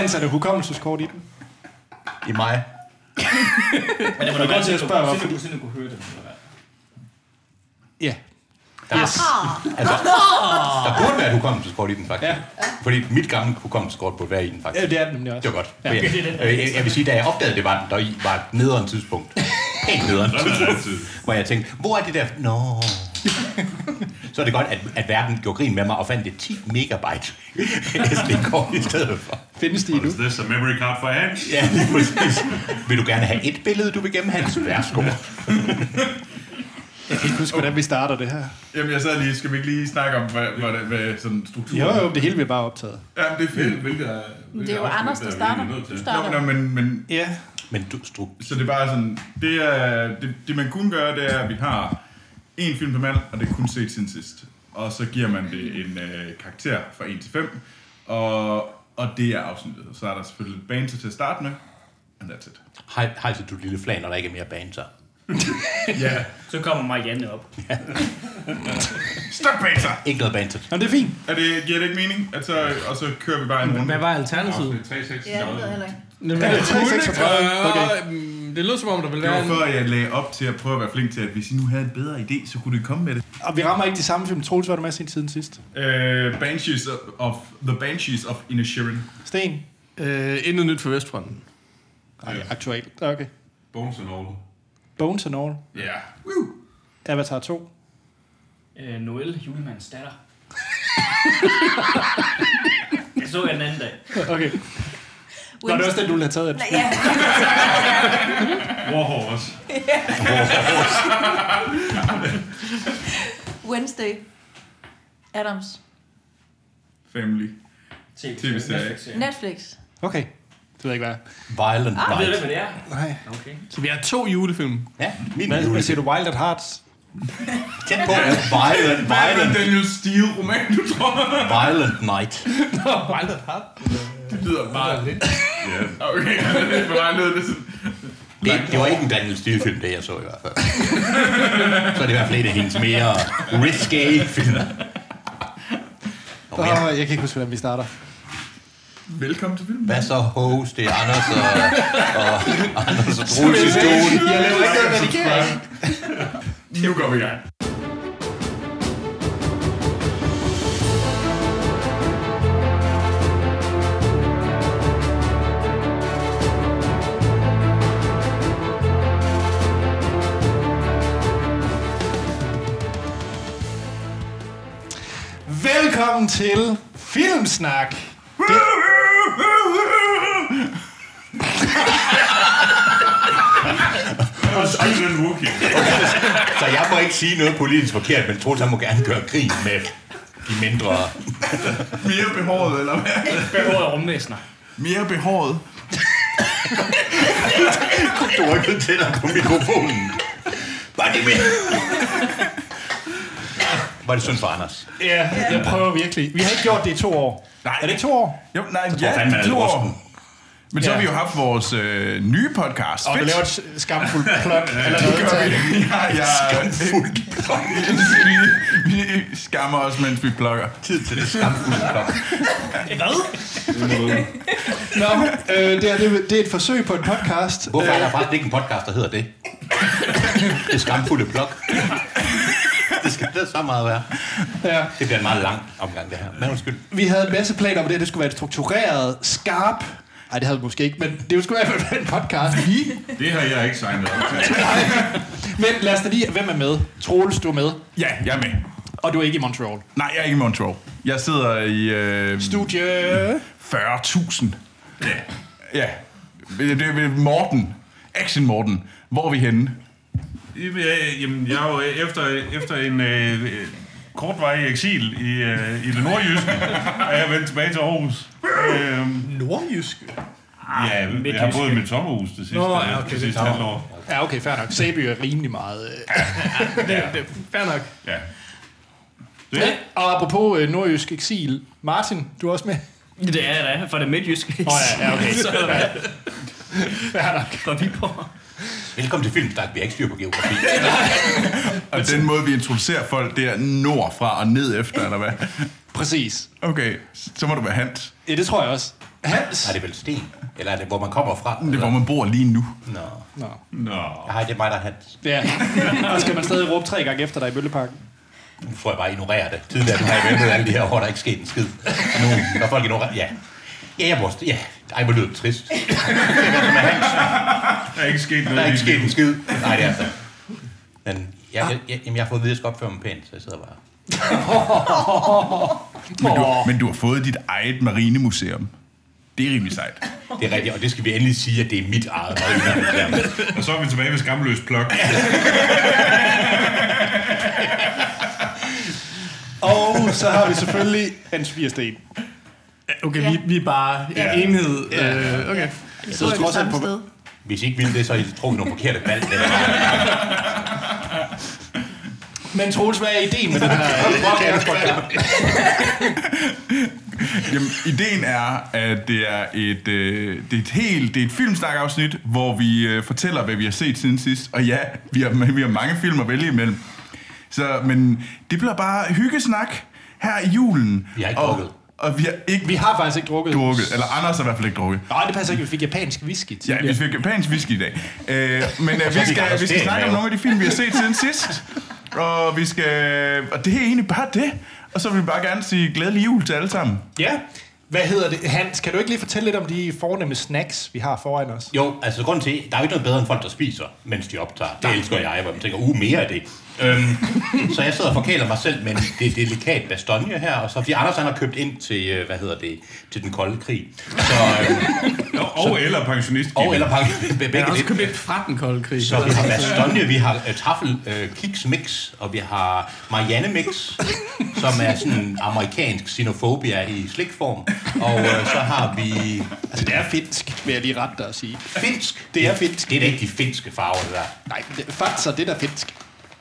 Dennis, er det hukommelseskort i den? I mig. Men det var da godt til at spørge, hvorfor du kunne høre det. Ja. Yes. Altså, der burde være et hukommelseskort i den, faktisk. Ja. Fordi mit gamle hukommelseskort burde være i den, faktisk. Ja, det er det nemlig også. Det var godt. Ja. Jeg vil sige, da jeg opdagede, det var den, der var et nederen tidspunkt. Helt nederen tidspunkt. Hvor jeg tænkte, hvor er det der? Nå. Så er det godt, at verden gjorde grin med mig og fandt det 10 megabyte SD-kort i stedet for. Findes de nu? Is this a memory card for Hans? Ja, lige præcis. Vil du gerne have et billede, du vil gemme, Hans? Værsgo. Jeg kan ikke huske, hvordan vi starter det her. Jamen, jeg sad lige, skal vi ikke lige snakke om, hvad sådan struktur? Jo, det hele vi bare optaget. Ja, det er fedt. Det er jo Anders, der starter. Du starter. Men ja. Men så det er bare sådan, det man kunne gøre, det er, at vi har en film per mand, og det er kun set siden sidst. Og så giver man det en karakter fra 1 til 5, og det er afsnittet. Så er der selvfølgelig lidt banter til at starte med, and that's it. Hejser du lille flag, når der ikke er mere banter? Ja. Så kommer Marianne op. Ja. Stop banter! Ikke noget banter. Nå, det er fint. Giver det ikke mening? Og så kører vi bare en runde. Hvad var alternativet? Ja, det ved jeg heller ikke. Det lød som om, der ville være det var før, jeg lagde op til at prøve at være flink til, at hvis I nu havde en bedre idé, så kunne det komme med det. Og vi rammer ikke de samme film. Troels var du med siden sidst. The Banshees of Inisherin. Sten? Intet nyt for Vestfronten. Nej, aktuelt. Okay. Bones and All. Bones and All. Ja. Yeah. Avatar 2. Noel, julemandens datter. Jeg så den anden dag. Okay. Var det også den, du ville have taget? Ja. Warhorse. Wednesday. Adams. Family. TV-serie. Netflix. Okay. Det ved jeg ikke, hvad Violent Night. Ved du, hvad det er? Nej. Okay. Så vi har 2 julefilm. Ja, Hvad siger du? Wild at Hearts? Tæt på. Violent. Daniel Steele roman, du tror. Violent Night. Wild at Heart. Det lyder meget lidt. Ja. Okay, det var noget, det sådan... Det var ikke en Daniel Steele-film, det jeg så i hvert fald. Så er det i hvert fald et af hendes mere risque film. Jeg kan ikke huske, hvordan vi starter. Velkommen til filmen. Hvad så, host? Det er Anders og Anders og Troels i stuen. Jeg laver ikke noget redigering. Nu går vi i gang. Velkommen til Filmsnak. Så jeg må ikke sige noget politisk forkert, men Troels han må gerne gøre grin med de mindre... Mere behåret, eller hvad? Behåret rumvæsener. Mere behåret. Du rykkede tættere på mikrofonen. Var det med? Var det synd for Anders? Ja, jeg prøver virkelig. Vi har ikke gjort det i 2 år. Nej. Er det 2 år? Jo, nej, Jeg tror fandme, man er 2 år. rusten. Men så har vi jo haft vores nye podcast. Og vi laver et skamfuldt plot eller noget. Skamfuldt plok. Vi skammer os, mens vi plukker. Tid til det skamfulde plok. Nå, det er et forsøg på en podcast. Hvorfor er der faktisk ikke en podcast, der hedder det? Det skamfulde plok. Det skal det så meget være. Ja. Det bliver en meget lang omgang, det her. Men undskyld. Vi havde en masse planer om det. Det skulle være et struktureret, skarp... Nej, det havde vi måske ikke, men det skulle i hvert fald være en podcast. Det har jeg ikke signet op til. Men lad os da lige... Hvem er med? Troels, du er med. Ja, jeg er med. Og du er ikke i Montreal. Nej, jeg er ikke i Montreal. Jeg sidder i... Studie... 40.000. Ja. Det er ved Morten. Action Morten. Hvor er vi henne? Jamen, jeg er jo efter en kortvarig eksil i det nordjyske, er jeg vendt tilbage til Aarhus. Nordjysk? Ja, jeg har boet i mit sommerhus det sidste halvår. Ja, okay, fair nok. Sæby er rimelig meget... Det fair nok. Ja. Og apropos nordjysk eksil. Martin, du er også med? Det er jeg da, for det midtjyske. Ja, okay. Så er det Fair nok. fra Viborg. Velkommen til Filmsnak. Vi har ikke styr på geografi. Og den måde, vi introducerer folk, det er nordfra og ned efter, eller hvad? Præcis. Okay, så må du være Hans. Ja, det tror jeg også. Hans? Er det vel Sten? Eller er det, hvor man kommer fra? Det er, hvor man bor lige nu. Nå. Nå. Hej, det er mig, der er Hans. Ja. Og skal man stadig råbe 3 gange efter dig i Bølleparken? Nu får jeg bare ignorere det. Tidligere har jeg ventet alle de her år, der er ikke sket en skid. Nu, når folk ignorerer... Ja. Ja, jeg må... Ja. Ej, hvor lyder det trist. Det er som er Hans. Der er ikke sket noget. Der er ikke sket en skid. Nej, det er altså... Men jeg har fået at vide, at jeg skal opføre mig pænt, så jeg sidder bare... Men du har fået dit eget marinemuseum. Det er rimelig sejt. Det er rigtigt, og det skal vi endelig sige, at det er mit eget marinemuseum. Og så er vi tilbage ved skamløs plok. Og så har vi selvfølgelig Hans 4 sten. Okay, vi er bare en enhed. Okay. Så er det samme sted. Hvis I ikke ville det, så har I trukket nogle forkerte valg. Men Troels, hvad er ideen med den her? Jamen, ideen er, at det er et filmsnak-afsnit, hvor vi fortæller, hvad vi har set siden sidst. Og ja, vi har mange film at vælge imellem. Men det bliver bare hyggesnak her i julen. Vi har ikke drukket. Og vi har faktisk ikke drukket. Eller Anders har i hvert fald ikke drukket. Nej, det passer ikke. Vi fik japansk whisky til. Ja, vi fik japansk whisky i dag. Men vi skal snakke om nogle af de film, vi har set siden sidst. Og det er egentlig bare det. Og så vil vi bare gerne sige glædelig jul til alle sammen. Ja. Hvad hedder det? Hans, kan du ikke lige fortælle lidt om de fornemme snacks, vi har foran os? Jo, altså grunden til, der er jo ikke noget bedre end folk, der spiser, mens de optager. Det elsker jeg, hvor man tænker, mere af det. Så jeg sidder og forkæler mig selv med det delikat bastogne her, og så fordi Anders han har købt ind til, til den kolde krig. Eller pensionist. Eller pensionist. Jeg har også købt ind fra den kolde krig. Så vi har bastogne, vi har taffel kiks mix, og vi har Marianne mix, som er sådan amerikansk xenofobia i slikform. Og så har vi... Altså, det er finsk, vil jeg lige rette dig at sige. Finsk? Det er finsk. Det er da ikke de finske farver, det der. Nej, fatser, det er da finsk.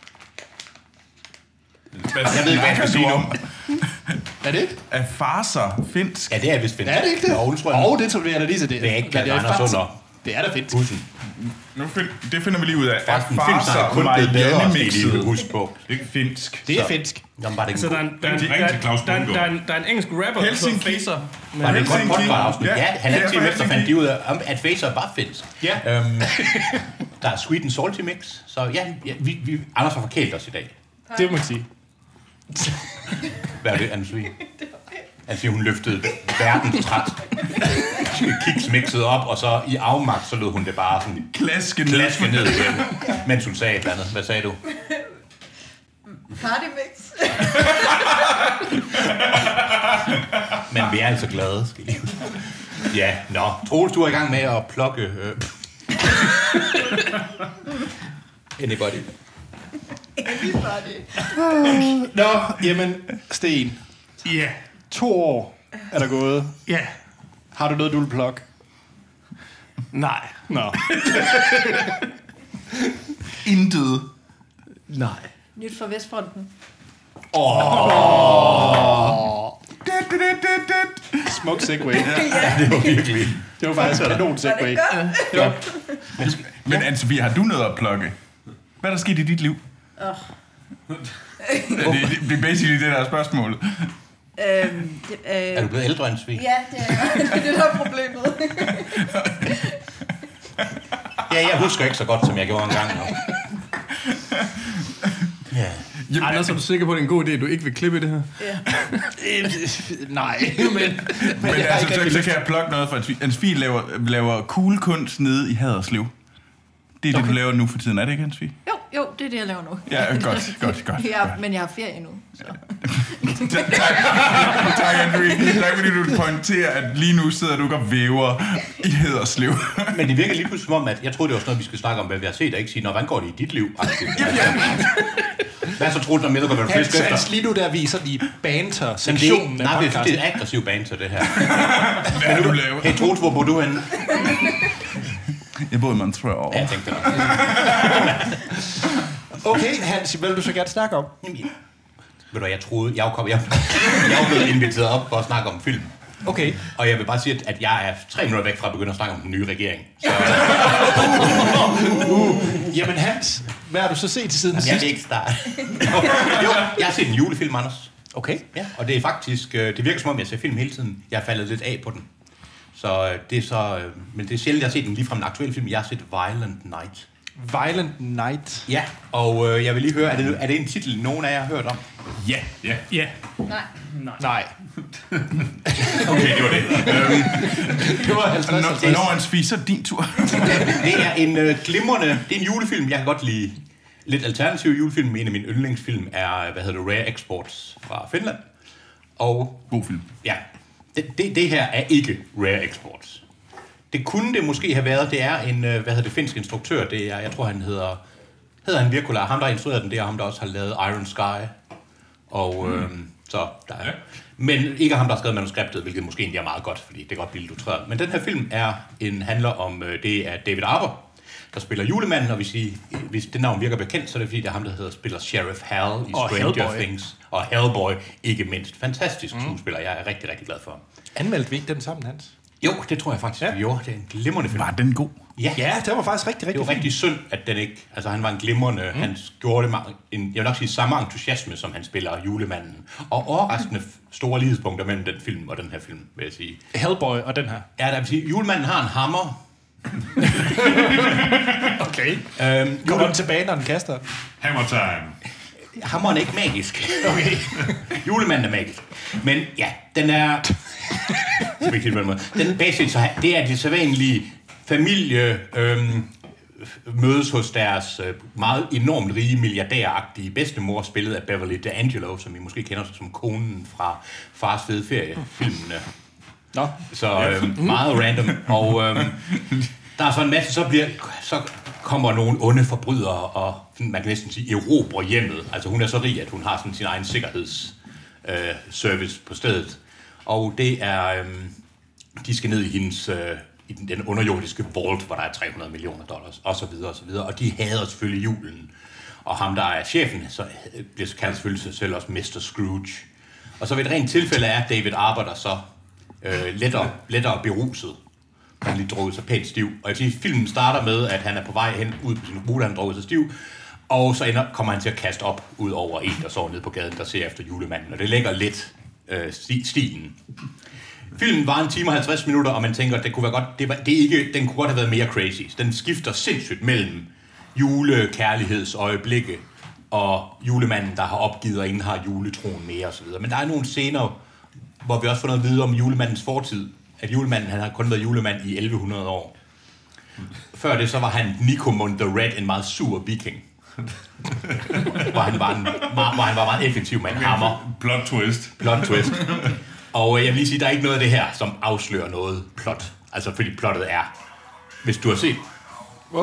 Jeg ved ikke, hvad jeg skal sige nu. Er det ikke? Er farser finsk? Ja, det er vist finsk. Er det ikke det? Det tror jeg da lige så det. Det er ikke kaldt Anders under. Det er da finsk. Bussen. Det finder vi lige ud af. Er farser kun blevet bedre, skal I lige huske på. Det er ikke finsk. Det er finsk. Jamen, var det ikke Så der er en engelsk rapper, som Facer. Var det et godt podcast-afsnit? Ja, halvandet time efter fandt de ud af, at Facer var finsk. Ja. Der er sweet and salty mix. Så ja, vi Anders har forkælt os i dag. Det må man sige. Hvad er det, Anne-Sophie? Altså, hun løftede verdens træt. Kiks mixede op, og så i afmagt, så lod hun det bare sådan klaske ned mens hun sagde et eller andet. Hvad sagde du? Party mix. Men vi er altså glade, skal I. Ja, Troels, du er i gang med at plukke... Anybody. Nå, jamen, Sten. Ja. 2 år er der gået. Ja. Har du noget, du vil plukke? Nej. Nå. Intet. Nej. Nyt fra Vestfronten. Smuk segway. Ja, det var virkelig... Det var faktisk en kanon segway. Ja. Men Anne-Sophie, har du noget at plukke? Hvad er der sket i dit liv? Det er basically det, der er spørgsmålet. Er du blevet ældre, Anne-Sophie? Ja, det er det, der er problemet. Ja, jeg husker ikke så godt, som jeg gjorde engang. Ja. Jamen, Anders, er du sikker på, at det er en god idé, at du ikke vil klippe det her? Ja. Nej, men altså, så kan jeg plukke noget for Anne-Sophie laver cool kunst nede i Haderslev. Det er det, du laver nu for tiden, er det ikke, Anne-Sophie? Jo, det er det, jeg laver nu. Ja, godt. Men jeg har ferie nu. Så. Tak, Anne-Sophie. Tak, fordi du pointerer, at lige nu sidder du og væver i Haderslev. Men det virker lige pludselig som om, at jeg troede, det var sådan noget, vi skulle snakke om, hvad vi har set, og ikke sige, hvordan går det i dit liv? Hvad så troede du, hvad du fisk efter? Hans lige nu der viser de banter-sektionen af podcasten. Det er aggressiv banter, det her. Hvad er du laver? Hey, Troels, hvor bor du henne? Jeg bor i Montreal. Ja, jeg tænkte det. Okay, Hans, hvad vil du så gerne snakke om? Ved du hvad, jeg troede, jeg var blevet inviteret op for at snakke om film. Okay. Og jeg vil bare sige, at jeg er 3 minutter væk fra at begynde at snakke om den nye regering. Så... Jamen Hans, hvad har du så set siden sidst? Jeg vil ikke starte. Jo, jeg har set en julefilm, Anders. Okay. Ja, og det er faktisk, det virker som om, jeg ser film hele tiden. Jeg er faldet lidt af på den. Så det er så... men det er sjældent, jeg har set den lige fra en aktuel film. Jeg har set Violent Night. Violent Night. Ja, og jeg vil lige høre, er det en titel, nogen af jer har hørt om? Ja. Nej. Okay, det var det. Det var 50. Når han spiser din tur. Det er en glimrende... Det er en julefilm, jeg kan godt lide. Lidt alternativ julefilm. En af mine yndlingsfilm er, Rare Exports fra Finland. Og... God film. Ja, det her er ikke Rare Exports. Det kunne det måske have været. Det er en, finsk instruktør. Det er, jeg tror, han hedder han Virkula. Ham, der har instrueret den, det er ham, der også har lavet Iron Sky. Og så der er... Men ikke ham, der har skrevet manuskriptet, hvilket måske egentlig er meget godt, fordi det er godt blive illustreret. Men den her film handler om, det er David Arbor, der spiller julemanden, og hvis det navn virker bekendt, så er det fordi, det er ham, der spiller Sheriff Hal i Stranger Things. Og Hellboy, ikke mindst. Fantastisk skuespiller. Jeg er rigtig, rigtig glad for ham. Anmeldte vi ikke den sammen, Hans? Jo, det tror jeg faktisk, vi gjorde. Det er en glimrende film. Var den god? Ja, det var faktisk rigtig, Det var rigtig synd, at den ikke... Altså, han var en glimrende... Han gjorde det jeg vil nok sige samme entusiasme, som han spiller julemanden. Og overraskende store lighedspunkter mellem den film og den her film, vil jeg sige. Hellboy og den her. Ja, der vil sige, julemanden har en hammer. Okay. Kommer den tilbage, når den kaster? Hammer time. Hammeren er ikke magisk. Okay. Julemanden er magisk. Men ja, den er... Den basic, så det er det sædvanlige familie mødes hos deres meget enormt rige milliardæragtige bedstemor, spillet af Beverly D'Angelo, som I måske kender som konen fra Fars Fede Ferie-filmene. Nå. Så meget random. Og der er så en masse, så kommer nogle onde forbrydere, og man kan næsten sige erobrer hjemmet. Altså hun er så rig, at hun har sådan sin egen sikkerhedsservice på stedet. Og det er, de skal ned i hendes, i den underjordiske vault, hvor der er $300 million, og så videre, og så videre. Og de hader selvfølgelig julen. Og ham, der er chefen, så bliver kaldt selvfølgelig sig selv også Mr. Scrooge. Og så ved et rent tilfælde er David Arbor, der så lettere beruset. Han lige drukket sig pænt stiv. Og jeg vil sige, filmen starter med, at han er på vej hen ud på sin rute, han drukket sig stiv. Og så kommer han til at kaste op ud over en, der sover nede på gaden, der ser efter julemanden. Og det lægger lidt stilen. Filmen var 1 time og 50 minutter, og man tænker, at det kunne være godt. Den kunne godt have været mere crazy. Den skifter sindssygt mellem julekærlighedsøjeblikke og julemanden, der har opgivet, og ingen har juletroen mere osv. Men der er nogle scener, hvor vi også får noget at vide om julemandens fortid. At julemanden, han har kun været julemand i 1100 år. Før det, så var han Nikomund the Red, en meget sur viking. hvor han var meget effektiv med en hammer. Plot twist. Og jeg vil lige sige, der er ikke noget af det her, som afslører noget plot. Altså, fordi plottet er... Hvis du har set... Wow.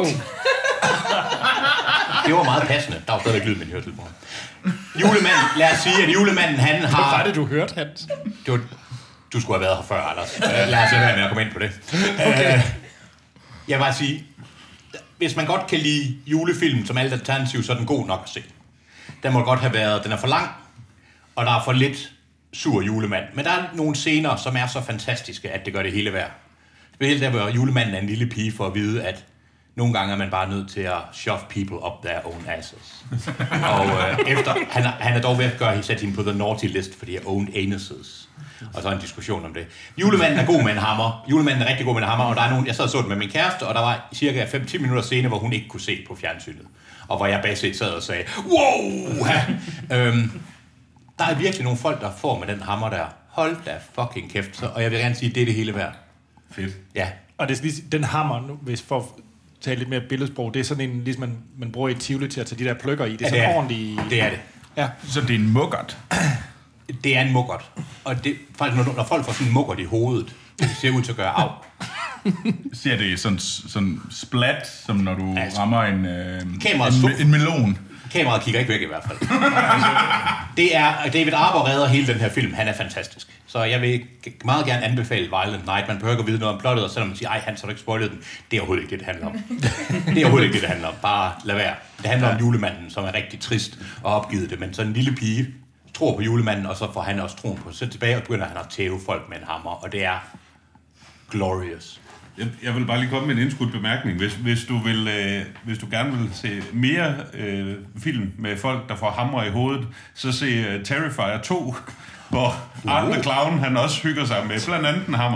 Det var meget passende. Der var stadigvæk lyd med en høretelefonen. Julemanden, lad os sige, at julemanden, han har... Hvad var det, du hørte, Hans? Du skulle have været her før, Anders. Lad os lade være med at komme ind på det. Okay. Jeg vil bare sige, hvis man godt kan lide julefilm som alt alternativ, så er den god nok at se. Den må godt have været... Den er for lang, og der er for lidt sur julemand. Men der er nogle scener, som er så fantastiske, at det gør det hele værd. Specielt der, hvor julemanden er en lille pige for at vide, at nogle gange er man bare nødt til at shove people up their own asses. Og efter... Han er dog ved at sætte hende på the naughty list, fordi jeg owned anuses. Og så en diskussion om det. Julemanden er god med en hammer. Julemanden er rigtig god med en hammer, og der er nogen... Jeg sad og så det med min kæreste, og der var cirka 5-10 minutter senere, hvor hun ikke kunne se på fjernsynet. Og hvor jeg basisk sad og sagde, wow! Der er virkelig nogle folk, der får med den hammer der. Hold da fucking kæft. Og jeg vil gerne sige, det er det hele værd. Fedt. Ja. Og det er lige, den hammer, nu, hvis for at tale lidt mere billedsprog, det er sådan en, ligesom man bruger i Tivoli til at tage de der pløkker i. Det er sådan ordentligt... Det er det. Ja. Så det er en muggert? Det er en muggert. Og det, faktisk, når folk får sådan en muggert i hovedet, det ser ud til at gøre af. Ser det sådan splat, som når du rammer en melon? Kameraet kigger ikke væk i hvert fald. Det er David Arbor redder hele den her film. Han er fantastisk. Så jeg vil meget gerne anbefale Violent Night. Man behøver ikke at vide noget om plottet, og selvom man siger, ej, Hans, har du ikke spoilet den? Det er overhovedet ikke det, det handler om. Det er overhovedet ikke det, det handler om. Bare lad være. Det handler om julemanden, som er rigtig trist og opgivet det. Men så en lille pige tror på julemanden, og så får han også troen på sig tilbage, og begynder han at tæve folk med en hammer. Og det er glorious. Jeg vil bare lige komme med en indskudt bemærkning. Hvis du gerne vil se mere film med folk, der får hammer i hovedet, så se Terrifier 2, hvor Art the Clown, han også hygger sig med blandt andet en hammer.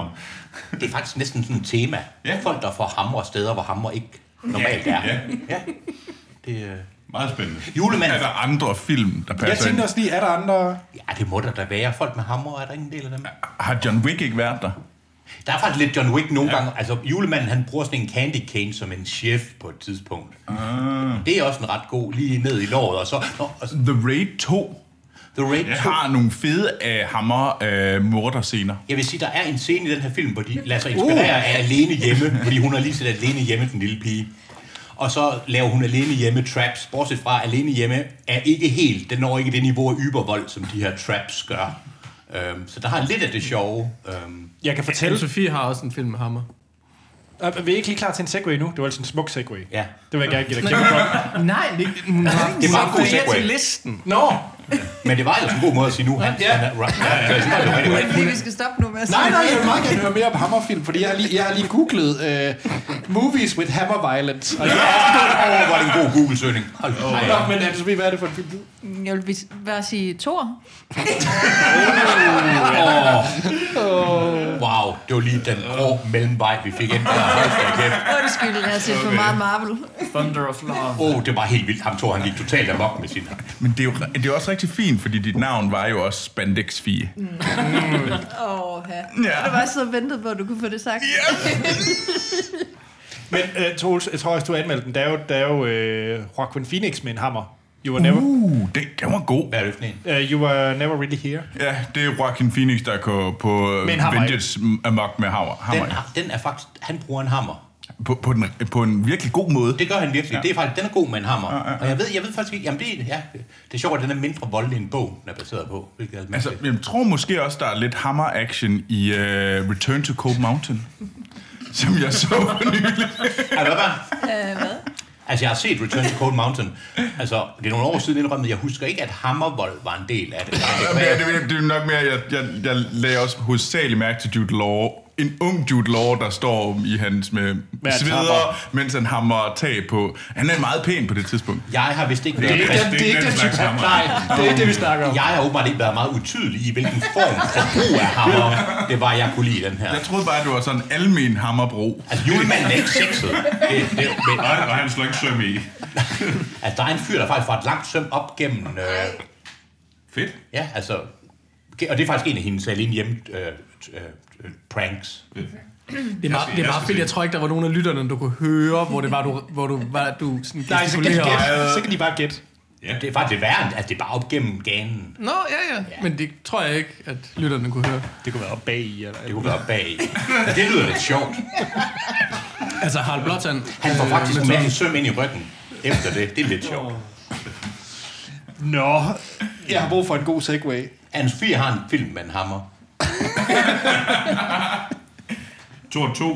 Det er faktisk næsten sådan et tema. Ja. Folk, der får hamre steder, hvor hamre ikke normalt er. Ja. Det er Meget spændende. Julemanden. Er der andre film, der passer Jeg tænkte ind? også lige, er der andre... Ja, det må der da være. Folk med hamre, er der ingen del af dem? Har John Wick ikke været der? Der er faktisk lidt John Wick nogle gange. Altså, Julemanden, han bruger sådan en candy cane som en chef på et tidspunkt. Det er også en ret god, lige ned i låret. Og så The Raid 2 The Raid 2. har nogle fede morderscener. Jeg vil sige, der er en scene i den her film, hvor de lader sig inspirere af Alene Hjemme, fordi hun har lige set Alene Hjemme, den lille pige. Og så laver hun Alene Hjemme traps, bortset fra Alene Hjemme er ikke helt, den når ikke det niveau af ybervold, som de her traps gør. Så der har lidt af det sjove. Jeg kan fortælle... Sofie har også en film med hammer. Er vi ikke lige klar til en segway nu? Det var altså en smuk segway. Ja. Det vil jeg gerne give dig kæmpe for. Nej, hun har Det var en god segway. til listen. Nå! Men det var altså en god måde at sige nu. Han er right. Det er fordi, vi skal stoppe nu med at Nej, jeg vil meget gerne høre mere om hammerfilm, fordi jeg har lige googlet movies with hammer violence. Og Hvor er det en god Google-søgning. Hold da. men Anne-Sophie, hvad er det for en film? Jeg vil bare sige Thor. Wow, det var lige den grå mellemvej, vi fik ind. Undskyld, jeg har set for meget Marvel. Thunder of Love. Det var helt vildt. Ham tog han gik totalt amok med sin... Men det er jo også rigtig fint, fordi dit navn var jo også Spandex Fie. Ja. Det var så ventet på, at du kunne få det sagt. Men Troels, jeg tror også, du har anmeldt den. Der er jo Joaquin Phoenix med en hammer. You were never... Den var god. Hvad er det for en? You were never really here. Ja, det er Joaquin Phoenix, der går på Vengeance amok med hammer. Den er faktisk... Han bruger en hammer. På en virkelig god måde. Det gør han virkelig. Ja. Det er faktisk, den er god med en hammer. Og jeg ved faktisk ikke... Jamen det er sjovt, at den er mindre voldelig end bog, den er baseret på. Altså, jeg tror måske også, der er lidt hammer-action i Return to Cold Mountain, som jeg så for nylig. Hvad? Altså, jeg har set Return to Cold Mountain. Altså, det er nogle år siden indrømmet. Jeg husker ikke, at hammervold var en del af det. Det er nok mere, jeg lagde også hovedsageligt mærke til Jude Law. En ung Jude Law, der står i hans med sveder, mens han hammer tag på. Han er meget pæn på det tidspunkt. Jeg har vist ikke været... Det er ikke den type hammer. Nej, det er ikke det, vi snakker om. Jeg har åbenbart ikke været meget utydelig i, hvilken form for brug af hammer det var, jeg kunne lide den her. Jeg troede bare, at det var sådan en almen hammerbrug. Altså, julemanden er ikke sexet. Og han slår ikke søm i. Altså, der er en fyr, der faktisk får et langt søm op gennem... Fedt. Ja, altså... Og det er faktisk en af hendes alene hjemme pranks. Det er meget fedt. Jeg tror ikke, der var nogen af lytterne, du kunne høre, hvor det var, du sådan Nej, så kan de bare gætte. Ja. Det er faktisk lidt værre, at det er bare op gennem ganen. Nå, ja. Men det tror jeg ikke, at lytterne kunne høre. Det kunne være op bag i. Eller det kunne være op bag i. Ja, det lyder lidt sjovt. Altså, Harald Blåtand... Han får faktisk en masse søm ind i ryggen efter det. Det er lidt sjovt. Nå, jeg har brug for en god segway. Anne-Sophie har en film med en hammer. Thor 2.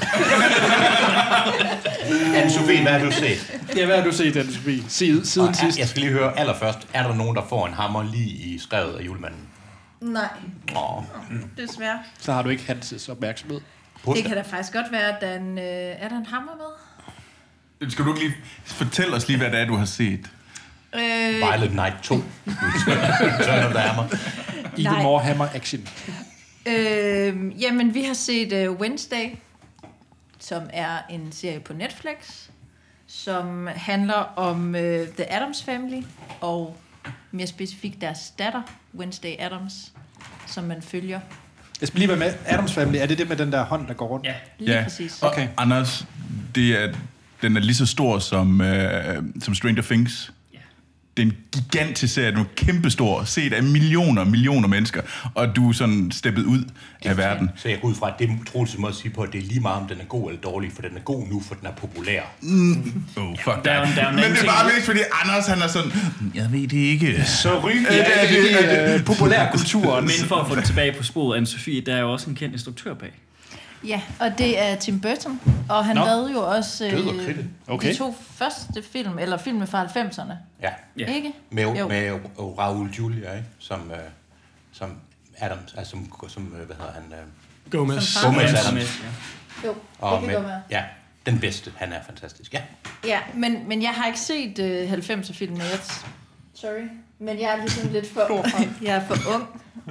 Anne-Sophie, hvad har du set? Ja, hvad har du set, Anne-Sophie? Siden sidst. Jeg skal lige høre allerførst. Er der nogen, der får en hammer lige i skrevet af julemanden? Nej, desværre. Så har du ikke Hanses opmærksomhed. Det kan da faktisk godt være, at er der en hammer med? Skal du ikke lige fortælle os lige, hvad det er, du har set? Violet Night 2. Turn of the Hammer. Even more hammer action. Jamen, vi har set Wednesday, som er en serie på Netflix, som handler om The Addams Family, og mere specifikt deres datter, Wednesday Addams, som man følger. Jeg skal lige være med. Addams Family, er det med den der hånd, der går rundt? Ja, lige præcis. Okay. Anders, den er lige så stor som Stranger Things. Det er en gigantisk serie, den er kæmpestor, set af millioner mennesker, og du er sådan steppet ud af verden. Så jeg går ud fra, at det Troels må sige på, at det er lige meget, om den er god eller dårlig, for den er god nu, for den er populær. Fuck der er men det er bare mest, fordi Anders, han er sådan, jeg ved det ikke. Så ryg populærkulturen. Men for at få det tilbage på sporet, Anne-Sophie, der er jo også en kendt instruktør bag. Ja, og det er Tim Burton, og han lavede jo også de 2 første film, eller filmene fra 90'erne. Ja. Ikke? Med Raoul Julia, ikke? Som Adams, altså som hvad hedder han? Gomez Adams. Jo, og det kan godt være. Ja, den bedste. Han er fantastisk, ja. Ja, men jeg har ikke set 90'er-filmene. Sorry. Men jeg er ligesom lidt for... jeg er for ung.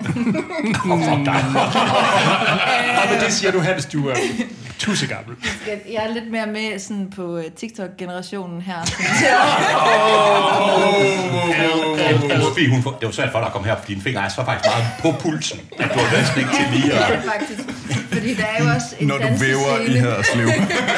Men det siger du, Hans, du er tussegammel. Jeg er lidt mere med sådan på TikTok-generationen her. Sofie, det var svært for dig at komme her, fordi din finger er så faktisk meget på pulsen, at du har næsten ikke til lige at... Ja, faktisk. Fordi der er jo også en når du væver i Haderslev.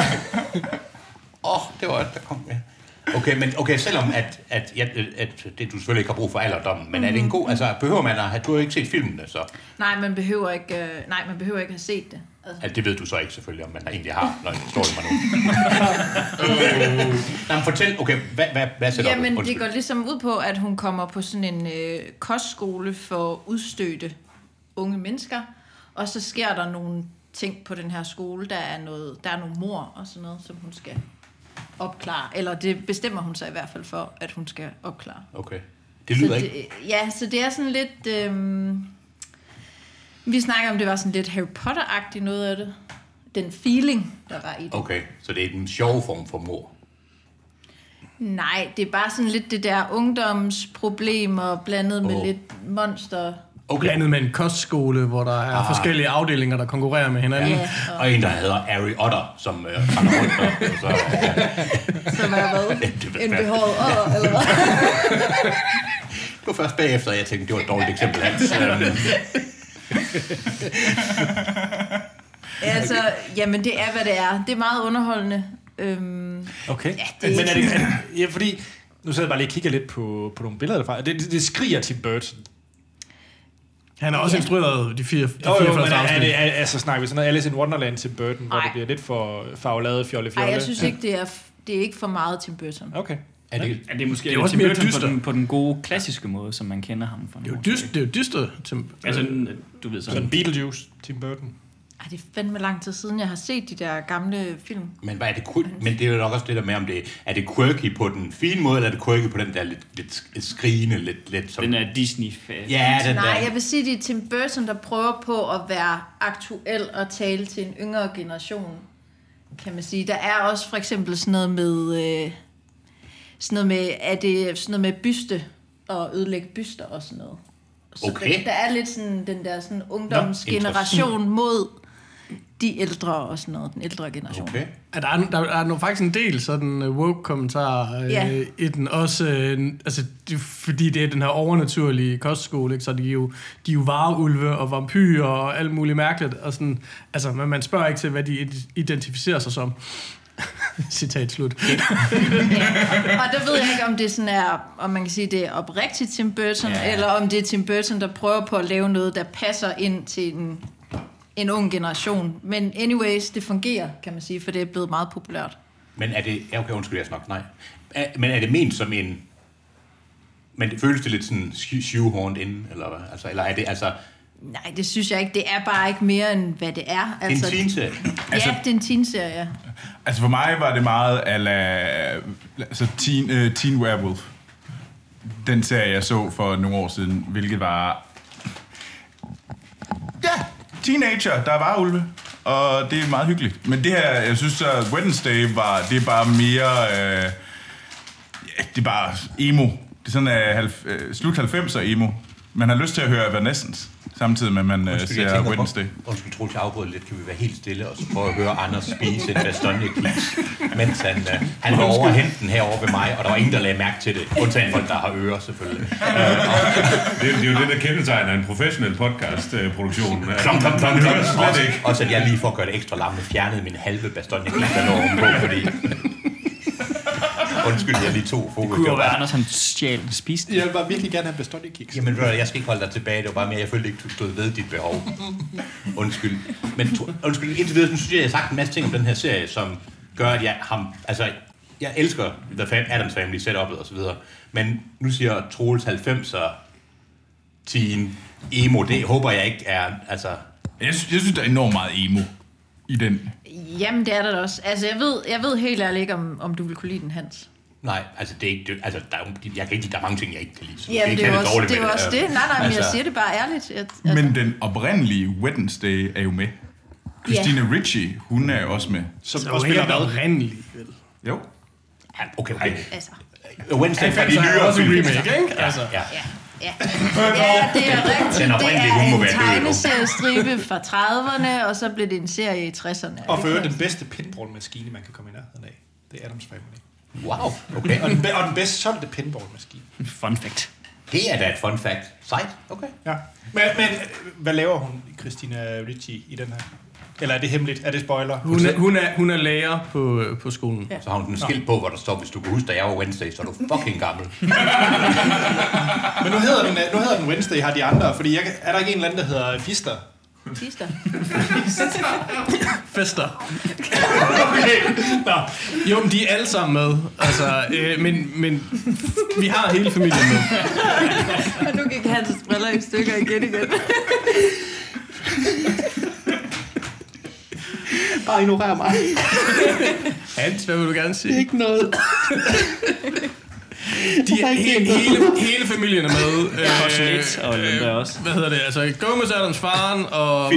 Det var det, der kom med. Okay, selvom at det du selvfølgelig ikke har brug for alderdommen, men er det en god, altså behøver man at have, du har ikke set filmene, så? Nej, man behøver ikke have set det. Altså, det ved du så ikke selvfølgelig, om man egentlig har, når det står i mig nu. Men fortæl, okay, hvad sætter du? Jamen, det går ligesom ud på, at hun kommer på sådan en kostskole for udstødte unge mennesker, og så sker der nogle ting på den her skole, der er nogle mord og sådan noget, som hun skal opklare. Eller det bestemmer hun sig i hvert fald for, at hun skal opklare. Okay. Det lyder ikke... Ja, så det er sådan lidt... vi snakker om, det var sådan lidt Harry Potter-agtigt noget af det. Den feeling, der var i det. Okay, så det er en sjov form for mord. Nej, det er bare sådan lidt det der ungdomsproblemer blandet med lidt monster... Okay. Blandet med en kostskole, hvor der er forskellige afdelinger, der konkurrerer med hinanden. Ja, og en, der hedder Harry Otter, som render rundt. Som er hvad? En behåret otter, eller hvad? Det var først bagefter, jeg tænkte, det var et dårligt eksempel, Hans. Altså, jamen det er, hvad det er. Det er meget underholdende. Okay. Ja, men er det... fordi... Nu sidder jeg bare lige og kigger lidt på nogle billeder derfra. Det skriger Tim Burton. Han har også instrueret de fire første afsnit. Altså snakker vi sådan noget Alice in Wonderland til Burton, hvor det bliver lidt for farvelade fjolle. Nej, jeg synes ikke, det er ikke for meget Tim Burton. Okay. Er det måske det er Tim Burton på den gode, klassiske måde, som man kender ham fra. Det er jo dystert. Altså, du ved sådan Beetlejuice, Tim Burton. Ej, det er fandme lang tid siden, jeg har set de der gamle film. Men hvad er det? Men det er jo nok også det der med, om det er det quirky på den fine måde, eller er det quirky på den der lidt skrigende, lidt som... Den er Disney-fan. Ja, den nej, jeg vil sige, det er Tim Burton, der prøver på at være aktuel og tale til en yngre generation, kan man sige. Der er også for eksempel sådan noget med byste og ødelægge byster og sådan noget. Så okay. Der er lidt sådan den der sådan ungdomsgeneration mod de ældre og sådan noget, den ældre generation. Okay. Der er faktisk en del sådan woke-kommentarer i den også, altså fordi det er den her overnaturlige kostskole, ikke? Så de er jo varulve og vampyrer og alt muligt mærkeligt, og sådan, altså man spørger ikke til, hvad de identificerer sig som. Citat slut. Og der ved jeg ikke, om det sådan er, om man kan sige, det er oprigtigt Tim Burton, eller om det er Tim Burton, der prøver på at lave noget, der passer ind til en ung generation. Men anyways, det fungerer, kan man sige, for det er blevet meget populært. Men er det... Ja, okay, undskyld, jeg snakker. Nej. Men er det ment som en... Men det føles det lidt sådan shoehorned inden, eller hvad? Altså, eller er det altså... Nej, det synes jeg ikke. Det er bare ikke mere, end hvad det er. Altså, en teen-serie? Ja, det er en teen-serie, ja. Altså for mig var det meget altså Teen Werewolf. Den serie, jeg så for nogle år siden, hvilket var... Ja, teenager, der var ulve. Og det er meget hyggeligt. Men det her, jeg synes, at Wednesday det er bare mere... det er bare emo. Det er sådan slut 90'er emo. Man har lyst til at høre Evanescence, samtidig med, at man ser Wednesday. Undskyld, Troels, jeg afbryder lidt. Kan vi være helt stille og så prøve at høre Anders spise en Bastogne-kiks, mens han var over henten herovre ved mig, og der var ingen, der lagde mærke til det. Undtagen folk, der har ører, selvfølgelig. Det er jo det, der kendetegner en professionel podcast-produktion. Også at jeg lige for at gøre det ekstra lamme fjernede min halve Bastogne-kiks, der lå ovenpå, fordi... Undskyld, jeg lige tog fokus. Det kunne jo være, Anders han stjal spiste. Jeg vil bare virkelig gerne have Bastogne-kiks. Jamen, jeg skal ikke holde dig tilbage. Det var bare mere, jeg følte ikke, du stod ved dit behov. Undskyld. Men undskyld, indtil videre, synes jeg har sagt en masse ting om den her serie, som gør, at jeg elsker The Addams Family setup'et og så videre. Men nu siger Troels 90'er teen emo, det håber jeg ikke er, altså... Jeg synes, der er enormt meget emo i den. Jamen, det er der også. Altså, jeg ved helt ærligt ikke, om du vil kunne lide den, Hans. Nej, altså det er ikke... Altså, jeg kan ikke lide, der er mange ting, jeg ikke kan lide. Jamen, det er jo også det. Nej, men jeg siger det bare ærligt. Men den oprindelige Wednesday er jo med. Christina Ricci, hun er også med. Som også spiller hvad? Oprindeligt, vel? Jo. Okay. Altså. Wednesday fra de nyere også en film. remake, ikke? Altså. Ja. Ja, det er rigtigt. Den Det oprindelige, er hun må en være død nu. tegneseriestribe fra 30'erne, og så blev det en serie i 60'erne. Og for øvrigt den bedste pinballmaskine, man kan komme i nærheden af. Det er Addams Family. Wow, okay. Og den bedst solgte pinballmaskine. Fun fact. Det er da et fun fact. Sejt, okay. Ja. Men hvad laver hun, Christina Ricci, i den her? Eller er det hemmeligt? Er det spoiler? Hun er lærer på skolen. Så har hun en skilt på, hvor der står, hvis du kan huske, da jeg var Wednesday, så er du fucking gammel. Men nu hedder den Wednesday, har de andre, fordi er der ikke en eller anden, der hedder Fister? Fister. Fester. Okay. Nå. Jo, men de er alle sammen med. Altså, men vi har hele familien med. Og nu gik hans briller i stykker igen. Bare ignorer mig. Hans, hvad vil du gerne sige? Ikke noget. Hele familien er med. Lidt, og den der også. Hvad hedder det? Altså, Gomez Adams faren og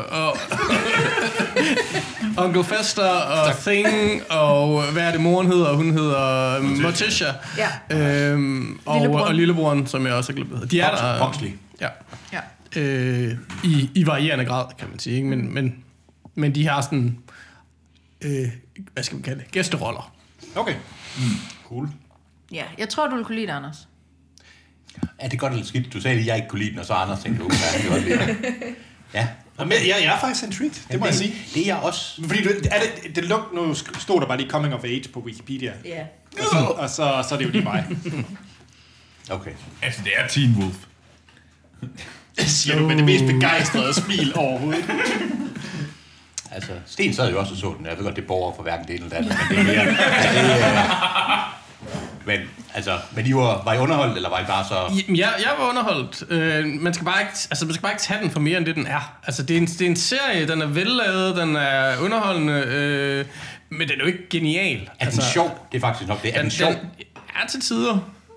Onkel Fester og Thing og hvad er det moren hedder? Hun hedder Morticia. Ja. Og lillebroren, som jeg også har glemt. De er der. Boxley. Ja. I varierende grad, kan man sige. Ikke? Men de har sådan hvad skal man kalde det? Gæsteroller. Okay. Cool. Ja, jeg tror, du vil kunne lide det, Anders. Er det godt eller skidt? Du sagde, at jeg ikke kunne lide den, og så Anders tænkte, det godt lide. Ja. Men jeg er faktisk intrigued, det må jeg sige. Det er jeg også. Fordi nu stod der bare lige coming of age på Wikipedia. Ja. Og så er det jo lige mig. Okay. Altså, det er Teen Wolf. Siger du med det mest begejstrede smil overhovedet. Altså, Sten sad jo også og så den. Jeg ved godt, det borger for hverken det ene eller det andet, men det er mere... Men I var I underholdt, eller var I bare så... Jeg var underholdt. Man skal bare ikke tage den for mere, end det den er. Altså, det er en serie, den er vellavet, den er underholdende, men den er jo ikke genial. Er den sjov? Det er faktisk nok det. Er den sjov? Den er til tider,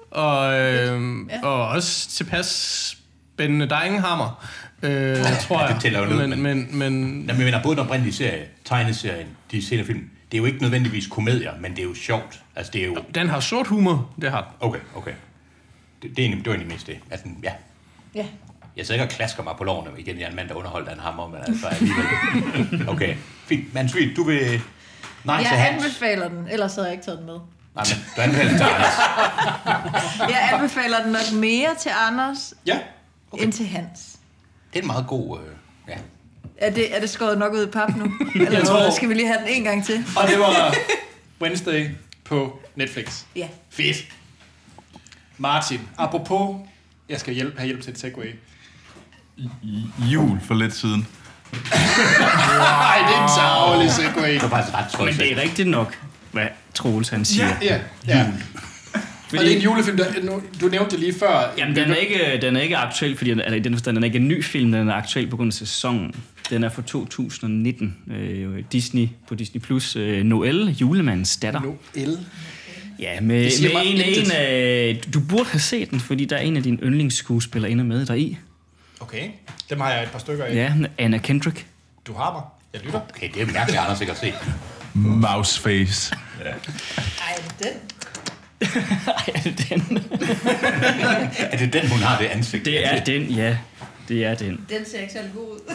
og også tilpas spændende. Der er ingen hammer, tror jeg. Det tæller jo noget, men jeg mener, både den oprindelige serie, tegneserien, de senere film, det er jo ikke nødvendigvis komedier, men det er jo sjovt. Altså, det er jo... Den har sort humor, det har den. Okay. Det var egentlig mest det. Altså, ja. Jeg sidder ikke og klasker mig på lårene igen. Jeg er en mand, der underholdt af en hammer, men altså alligevel... Okay, fint. Mansfield, du vil... Nej, jeg anbefaler den, ellers havde jeg ikke taget den med. Nej, men du anbefaler den til Anders. Jeg anbefaler den nok mere til Anders, end til Hans. Det er en meget god... Ja. Er det skåret nok ud i pap nu? Eller skal vi lige have den en gang til? Og det var Wednesday på Netflix. Ja. Fedt. Martin, apropos, jeg skal have hjælp til et segway. Jul for lidt siden. Nej, det er en savlig segway. Det var faktisk ret trygt. Men det er rigtigt nok, hvad Troels han siger. Ja. Fordi, og det er en julefilm, du nævnte det lige før. Jamen, den er ikke aktuel, fordi i den forstand, den er ikke en ny film, den er aktuel på grund af sæsonen. Den er fra 2019. Disney på Disney Plus. Noelle, julemandens datter. Noelle? Ja, med en af... Du burde have set den, fordi der er en af dine yndlingsskuespillere med deri. Okay, dem har jeg et par stykker af. Ja, Anna Kendrick. Du har mig. Jeg lytter. Okay, det er mærkeligt, Anders ikke har set. Mouseface. Ej, er det den? Er det den? Er det den, hun har det ansigt? Det er den, ja. Det er den. Den ser ikke særlig god ud.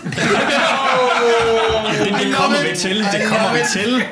Det kommer vi til. Det kommer vi til.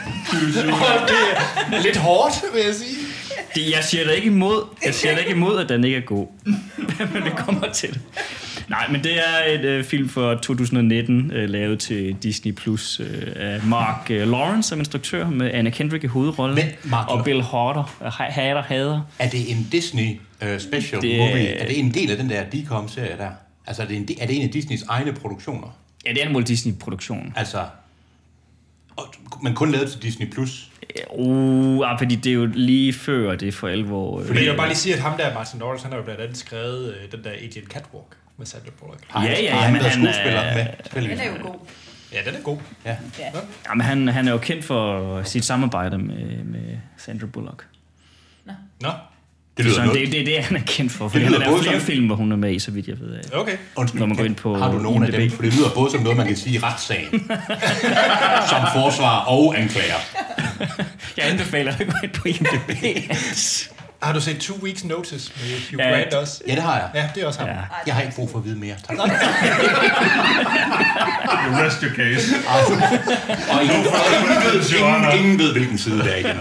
Det er lidt hårdt, vil jeg sige. Jeg siger da ikke imod, at den ikke er god. Men det kommer til. Nej, men det er et film fra 2019, lavet til Disney Plus af Mark Lawrence som instruktør, med Anna Kendrick i hovedrollen, og Bill Hader. Er det en Disney special movie? Er det en del af den der DCOM-serie der? Altså, er det en af Disneys egne produktioner? Ja, det er en Walt Disney-produktion. Altså, men kun lavet til Disney Plus? Fordi det er jo lige før det for alvor... Fordi jeg vil bare lige sige, at ham der, Martin Lawrence, han har jo blandt andet skrevet den der Agent Catwalk med Sandra Bullock. Ja, men han Den er jo god. Ja, den er god. Ja. Men han er jo kendt for sit samarbejde med Sandra Bullock. Nå. Det lyder noget. Det er det, han er kendt for. Fordi der er flere film, hvor hun er med i, så vidt jeg ved. Okay. Når man går ind på har du nogen af dem? For det lyder både som noget, man kan sige i retssagen, som forsvar og anklager. Jeg anbefaler at gå ind på IMDb. Har du set 2 Weeks Notice med Hugh Grant også? Ja, det har jeg. Ja, det er også ham. Ja. Jeg har ikke brug for at vide mere. Tak. You rest your case. Og ingen ved, hvilken side det er igen.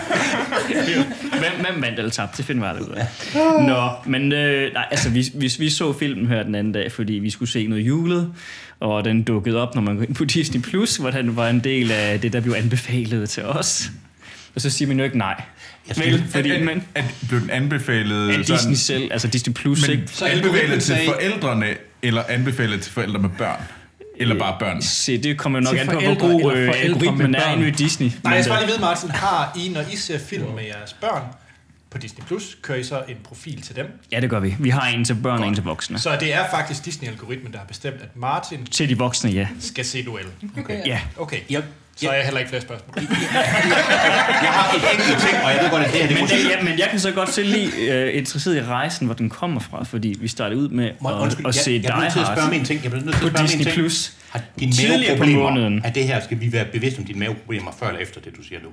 Hvem vandt eller tabte? Det finder vi aldrig ud af. Nå, men nej, altså, vi så filmen her den anden dag, fordi vi skulle se noget julet, og den dukkede op, når man går ind på Disney+, hvor den var en del af det, der blev anbefalet til os. Og så siger man jo ikke nej. Vel, fordi blev den anbefalet af Disney selv, altså Disney+, ikke? Så anbefalet til forældrene, eller anbefalet til forældre med børn? Eller bare børn? Se, det kommer nok an på, hvor god algoritmen er inde i Disney. Nej, jeg skal bare lige vide, Martin, har I, når I ser film med jeres børn på Disney+, kører I så en profil til dem? Ja, det gør vi. Vi har en til børn og en til voksne. Så det er faktisk Disney-algoritmen, der har bestemt, at Martin til de voksne, ja. skal se duel. Okay. Ja. Okay. Så er jeg heller ikke flere spørgsmål. Jeg har et enkelt ting, og jeg ved godt, at men jeg kan så godt selv lige interesseret i rejsen, hvor den kommer fra, fordi vi startede ud med at se Die Hard på Disney+. Har dine maveproblemer, er det her, skal vi være bevidste om dine maveproblemer før eller efter det, du siger nu?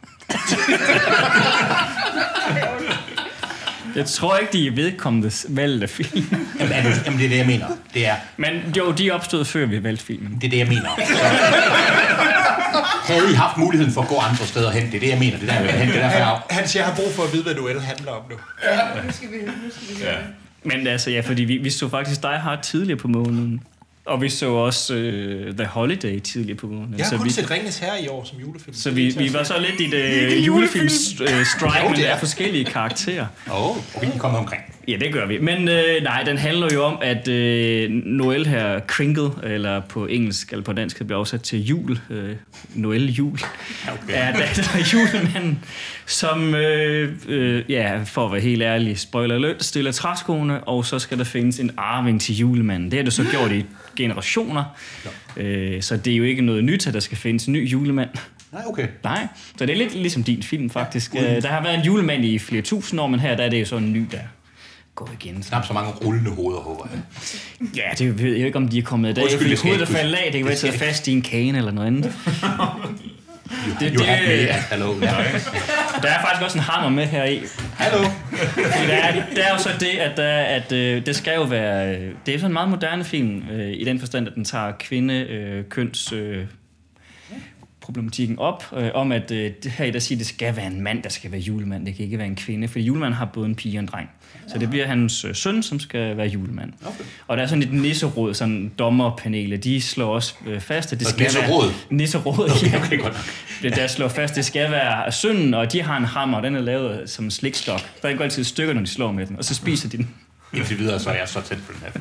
Jeg tror ikke, de er vedkommende valgte af filmen. Jamen, det er det, jeg mener. Det er... Men jo, de opstod før vi valgte filmen. Det er det, jeg mener. Så... Havde I haft muligheden for at gå andre steder hen? Det er det, jeg mener. Det er der, hen. Det er derfor, Hans, jeg har brug for at vide, hvad duel handler om nu. Ja, nu skal vi ja. Men altså, ja, fordi vi så faktisk Die Hard tidligere på måneden. Og vi så også The Holiday tidligere på måneden. Jeg har kun set Ringenes Herre i år som julefilm. Så vi var så lidt i det julefilm-strike, men der er forskellige karakterer. Og vi kan komme omkring. Ja, det gør vi. Men nej, den handler jo om, at Noel her, Kringle, eller på engelsk eller på dansk, bliver oversat til jul. Noel Jul. Okay. Er datter julemanden, som, for at være helt ærlig, spoiler alert, stiller træskoene, og så skal der findes en arving til julemanden. Det har du så gjort i generationer. Så det er jo ikke noget nyt, at der skal findes en ny julemand. Nej, okay. Nej, så det er lidt ligesom din film, faktisk. Der har været en julemand i flere tusind år, men her der er det jo så en ny, der går igen. Knap så mange rullende hoveder, håber jeg. Ja, det ved jeg ikke, om de er kommet i dag. Fordi hovedet er faldet af, det kan være sidde fast i en kane eller noget andet. You had me at hello. Der er faktisk også en hammer med her i. Hallo. Der er jo så det, at det skal jo være... Det er sådan en meget moderne film, i den forstand, at den tager køns problematikken op, om at her der siger, at det skal være en mand, der skal være julemand. Det kan ikke være en kvinde, for julemanden har både en pige og en dreng. Så det bliver hans søn, som skal være julemand. Okay. Og der er sådan et nisseråd, sådan dommerpanelet, de slår også fast, at det skal være... Nisseråd? Okay, godt. Der slår fast, at det skal være sønnen, og de har en hammer, og den er lavet som slikstok. Der er ikke altid stykker, når de slår med den, og så spiser de den. Indtil videre, så er jeg så tæt på den her film.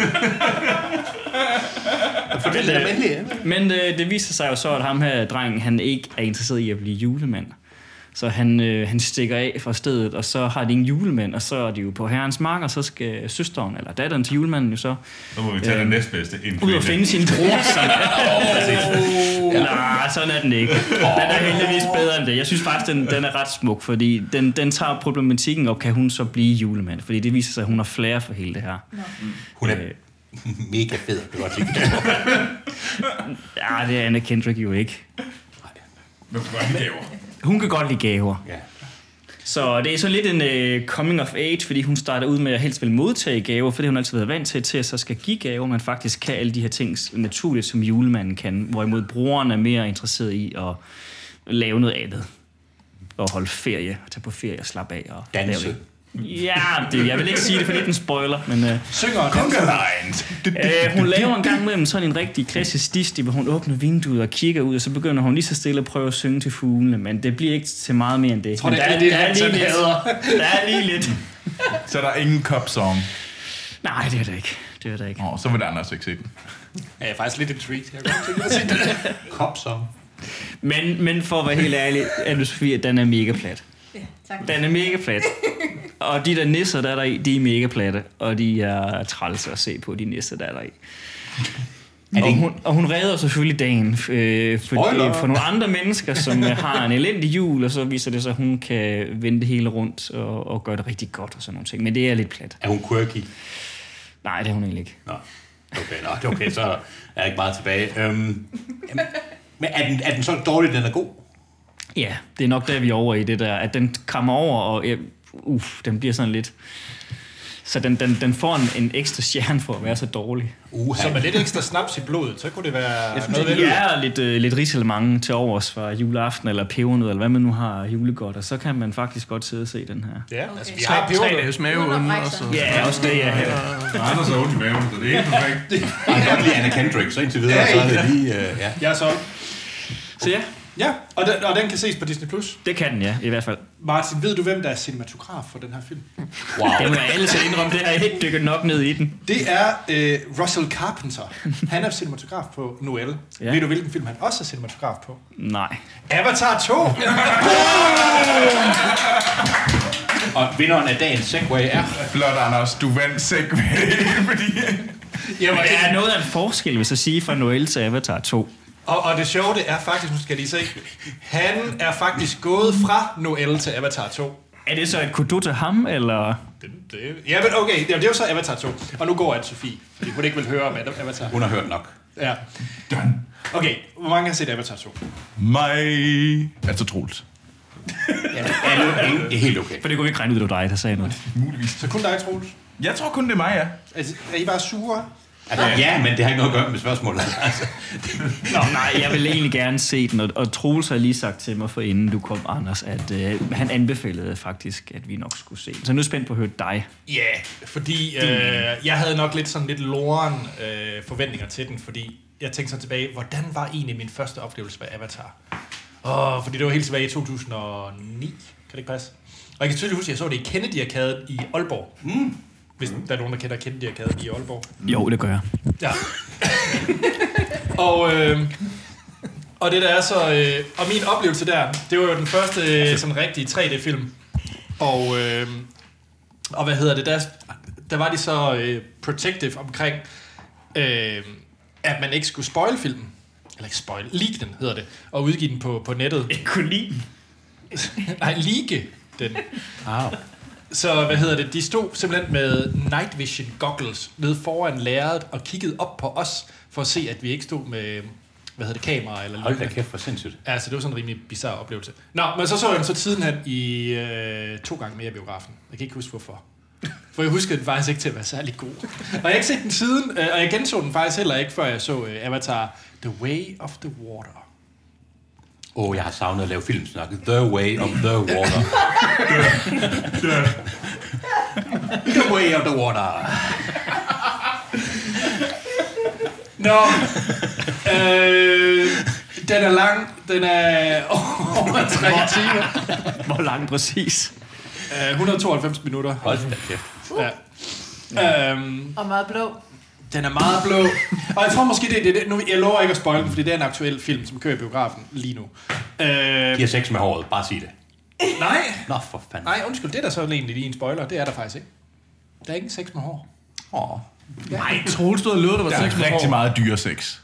Fortæl det endelig. Men det viser sig jo så, at ham her drengen, han ikke er interesseret i at blive julemand. Så han stikker af fra stedet, og så har de en julemand, og så er de jo på herrens mark, og så skal søsteren eller datteren til julemanden jo så... Nu må vi tage den næstbedste. Ud og finde sin bror. Nej, sådan er den ikke. Den er heldigvis bedre end det. Jeg synes faktisk, den er ret smuk, fordi den tager problematikken op, kan hun så blive julemand? Fordi det viser sig, at hun har flere for hele det her. Hun er mega fed. Det var godt ja, det er Anna Kendrick jo ikke. Men hun kan godt lide gaver. Hun kan godt lide gaver. Ja. Så det er så lidt en coming of age, fordi hun starter ud med at helst vil modtage gaver, fordi hun altid har været vant til at så skal give gaver, men faktisk kan alle de her ting naturligt, som julemanden kan, hvorimod broren er mere interesseret i at lave noget andet. Og holde ferie, tage på ferie og slappe af. Og danse. Ja, jeg vil ikke sige det, for lidt en spoiler, men... Synger hun laver en gang mellem sådan en rigtig klassisk Disney, hvor hun åbner vinduet og kigger ud, og så begynder hun lige så stille at prøve at synge til fuglene, men det bliver ikke til meget mere end det. Tror, der er lige lidt. Så der er ingen cop-song? Nej, det er der ikke. Det er der ikke. Så vil der andre ikke se den. Ja, jeg er faktisk lidt intrigued. Jeg kan godt tænke mig at se det. Cop-song. Men for at være helt ærlig, Anne-Sophie, den er mega plat. Ja, tak. Den er mega plat. Og de der nisser, der er der i, de er mega platte, og de er trælse at se på, de nisser, der er der i. Og hun redder selvfølgelig dagen for nogle andre mennesker, som har en elendig jul, og så viser det sig, at hun kan vende det hele rundt og gøre det rigtig godt og sådan nogle ting. Men det er lidt plat. Er hun quirky? Nej, det er hun egentlig ikke. Nå, okay, så er jeg ikke meget tilbage. Men er den så dårlig, den er god? Ja, det er nok der, vi er over i det der, at den kommer over, og den bliver sådan lidt... Så den får en ekstra stjerne for at være så dårlig. Så med lidt ekstra snaps i blodet, så kunne det være noget ved. Ja, lidt risalemang til overs fra juleaften, eller pebernød, eller hvad man nu har julegodt, og så kan man faktisk godt sidde og se den her. Ja, okay. altså vi har pebernød maveonde også. Ja, også det, ja. Anders er ondt i maven, så det er helt perfekt. Jeg kan godt lide Anna Kendrick, så indtil videre, så er det lige... Ja, så... Så ja. Ja, og den kan ses på Disney+. Det kan den, ja, i hvert fald. Martin, ved du, hvem der er cinematograf for den her film? Wow. Det må jeg alle til indrømme, det er ikke dykket nok ned i den. Det er Russell Carpenter. Han er cinematograf på Noelle. Ja. Ved du, hvilken film han også er cinematograf på? Nej. Avatar 2! Og vinderen af dagens Segway er... Flot, Anders. Du vandt Segway, fordi... Jamen, det er noget af en forskel, hvis jeg siger fra Noelle til Avatar 2. Og det sjove, det er faktisk, nu skal jeg lige se, han er faktisk gået fra Noelle til Avatar 2. Er det så et kudo til ham, eller? Ja, men okay, det er jo så Avatar 2. Og nu går Anne-Sophie, fordi hun ikke vil høre om Avatar. Hun har hørt nok. Ja. Done. Okay, hvor mange har set Avatar 2? Mig... Altså Troels. Ja, alle er helt okay. For det kunne vi ikke regne ud, det var dig, der sagde noget. Muligvis. Så kun dig, Troels? Jeg tror kun, det er mig, ja. Altså, er I bare sure? Altså, ja, men det har ikke noget at gøre med spørgsmålet. Altså. Nå, nej, jeg vil egentlig gerne se den, og Troels har lige sagt til mig, for inden du kom, Anders, at han anbefalede faktisk, at vi nok skulle se den. Så nu er jeg spændt på at høre dig. Ja, fordi jeg havde nok lidt loren forventninger til den, fordi jeg tænkte sådan tilbage, hvordan var egentlig min første oplevelse af Avatar? Fordi det var helt tilbage i 2009, kan det ikke passe? Og jeg kan tydeligt huske, at jeg så det i Kennedy-arkaden i Aalborg. Hvis der er nogen, der kender Kennedy-arkaden i Aalborg. Jo, det gør jeg. Ja. og det der er så... og min oplevelse der, det var jo den første sådan rigtige 3D-film. Og hvad hedder det? Der var de så protective omkring, at man ikke skulle spoil filmen. Eller ikke spoil, leak den hedder det. Og udgive den på nettet. Ikke kunne lide den. Nej, leake den. Så hvad hedder det? De stod simpelthen med night vision goggles nede foran lærredet og kiggede op på os for at se, at vi ikke stod med kamera eller hold da kæft, for sindssygt. Altså, det var sådan en rimelig bizarre oplevelse. Nå, men så jeg den så sidenhen i 2 gange mere i biografen. Jeg kan ikke huske hvorfor. For jeg husker den faktisk ikke til at være særlig god. Og jeg har ikke set den siden, og jeg genså den faktisk heller ikke, før jeg så Avatar The Way of the Water. Jeg har savnet at lave filmsnakket. The Way of the Water. The Way of the Water. Nå, den er lang. Den er over 3 timer. Hvor lang præcis? 192 minutter. Hold da kæft. Ja. Og meget blå. Den er meget blå. Og jeg tror måske, det nu, jeg lover ikke at spoil den, fordi det er en aktuel film, som kører i biografen lige nu. De har sex med håret, bare sig det. Nej. Nå, for fanden. Nej, undskyld, det er der så egentlig lige en spoiler. Det er der faktisk ikke. Der er ikke sex med hår. Nej, Troels stod og lød, der var sex med hår. Der er rigtig meget dyresex.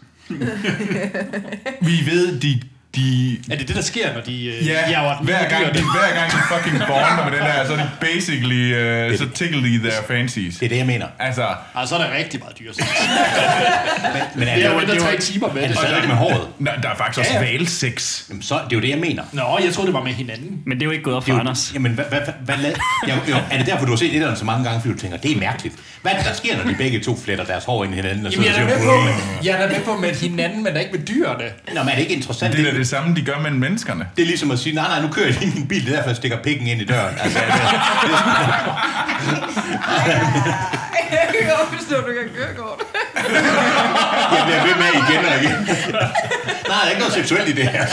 Vi ved, de... Er det det, der sker, når de... hver gang de fucking bonder med den der, så er de basically, så tickle de their fancies. Det er det, jeg mener. Altså, så er der rigtig meget dyr. men det er jo mindre 3 timer med det. Er det ikke med håret? Nej, der er faktisk også valsex. Jamen, så, det er jo det, jeg mener. Nå, jeg troede, det var med hinanden. Men det er jo ikke gået op for Anders. Jamen, er det derfor, du har set etteren så mange gange, fordi du tænker, det er mærkeligt? Hvad er det, der sker, når de begge to fletter deres hår ind i hinanden? Og jamen, jeg er da med på med hinanden, men ikke med dyrene. Nå, men er det ikke interessant? Det er det samme, de gør med menneskerne. Det er ligesom at sige, nej, nu kører jeg lige min bil, det er derfor, jeg stikker pikken ind i døren. Altså, Jeg kan godt forstå, at du kan køre godt. Jeg bliver ved med igen og igen. Nej, der er ikke noget seksuelt i det her.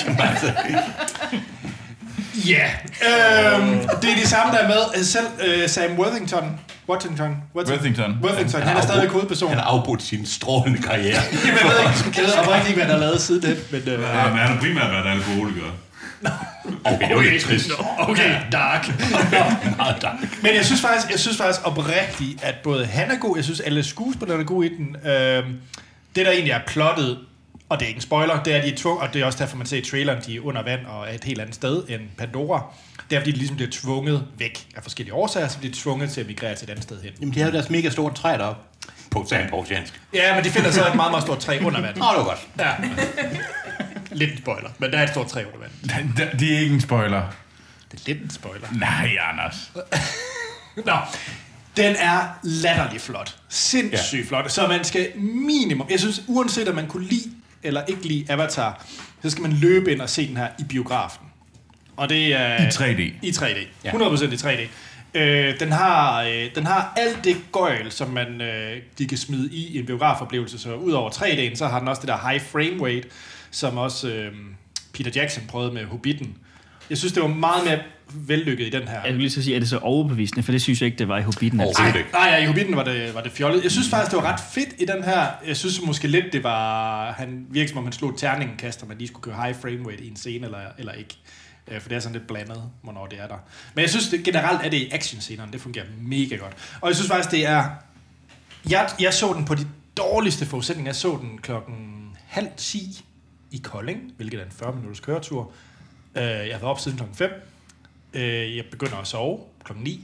Ja, det er de samme, der er med. Selv Sam Worthington, han er stadig hovedperson. Han har afbrudt sin strålende karriere. Jeg ved ikke, hvad han har lavet siden det. Men han har primært været alkoholiker. Okay, det var lidt trist. Okay, dark. Meget dark. Men jeg synes faktisk oprigtigt, at både han er god, jeg synes alle skuespillerne er gode i den. Det, der egentlig er plottet, og det er ikke en spoiler, det er, de er tvunget, og det er også derfor, man ser i traileren, de er under vand og er et helt andet sted end Pandora. Det er, fordi de ligesom bliver tvunget væk af forskellige årsager, så bliver de tvunget til at migrere til et andet sted hen. Jamen, de havde deres mega store træ deroppe. På sandportiansk. Ja, men de finder så et meget, meget stort træ under vand. Det var godt. Ja. Lidt en spoiler, men der er et stort træ under vand. Det er ikke en spoiler. Det er lidt en spoiler. Nej, Anders. Nå, den er latterlig flot. Sindssygt flot. Så man skal minimum... Jeg synes, uanset om man kunne lide eller ikke lide Avatar, så skal man løbe ind og se den her i biografen. Og det er... I 3D. I 3D. 100% i 3D. Den har alt det gøjl, som man de kan smide i en biografoplevelse. Så ud over 3D'en, så har den også det der high frame rate, som også Peter Jackson prøvede med Hobbiten. Jeg synes, det var meget mere vellykket i den her. Jeg vil lige så sige, er det så overbevisende? For det synes jeg ikke, det var i Hobbiten. Nej, i Hobbiten var det fjollet. Jeg synes faktisk, det var ret fedt i den her. Jeg synes måske lidt, det var... Han virkede som om, han slog et terningenkast, om man lige skulle køre high frame rate i en scene eller ikke. For det er sådan lidt blandet, hvornår det er der. Men jeg synes, det generelt er det i actionscenerne. Det fungerer mega godt. Og jeg synes faktisk, det er... Jeg så den på de dårligste forudsætninger. Jeg så den 9:30 i Kolding, hvilket er en 40-minutters køretur. Jeg har været op siden 5:00. Jeg begynder at sove 9:00.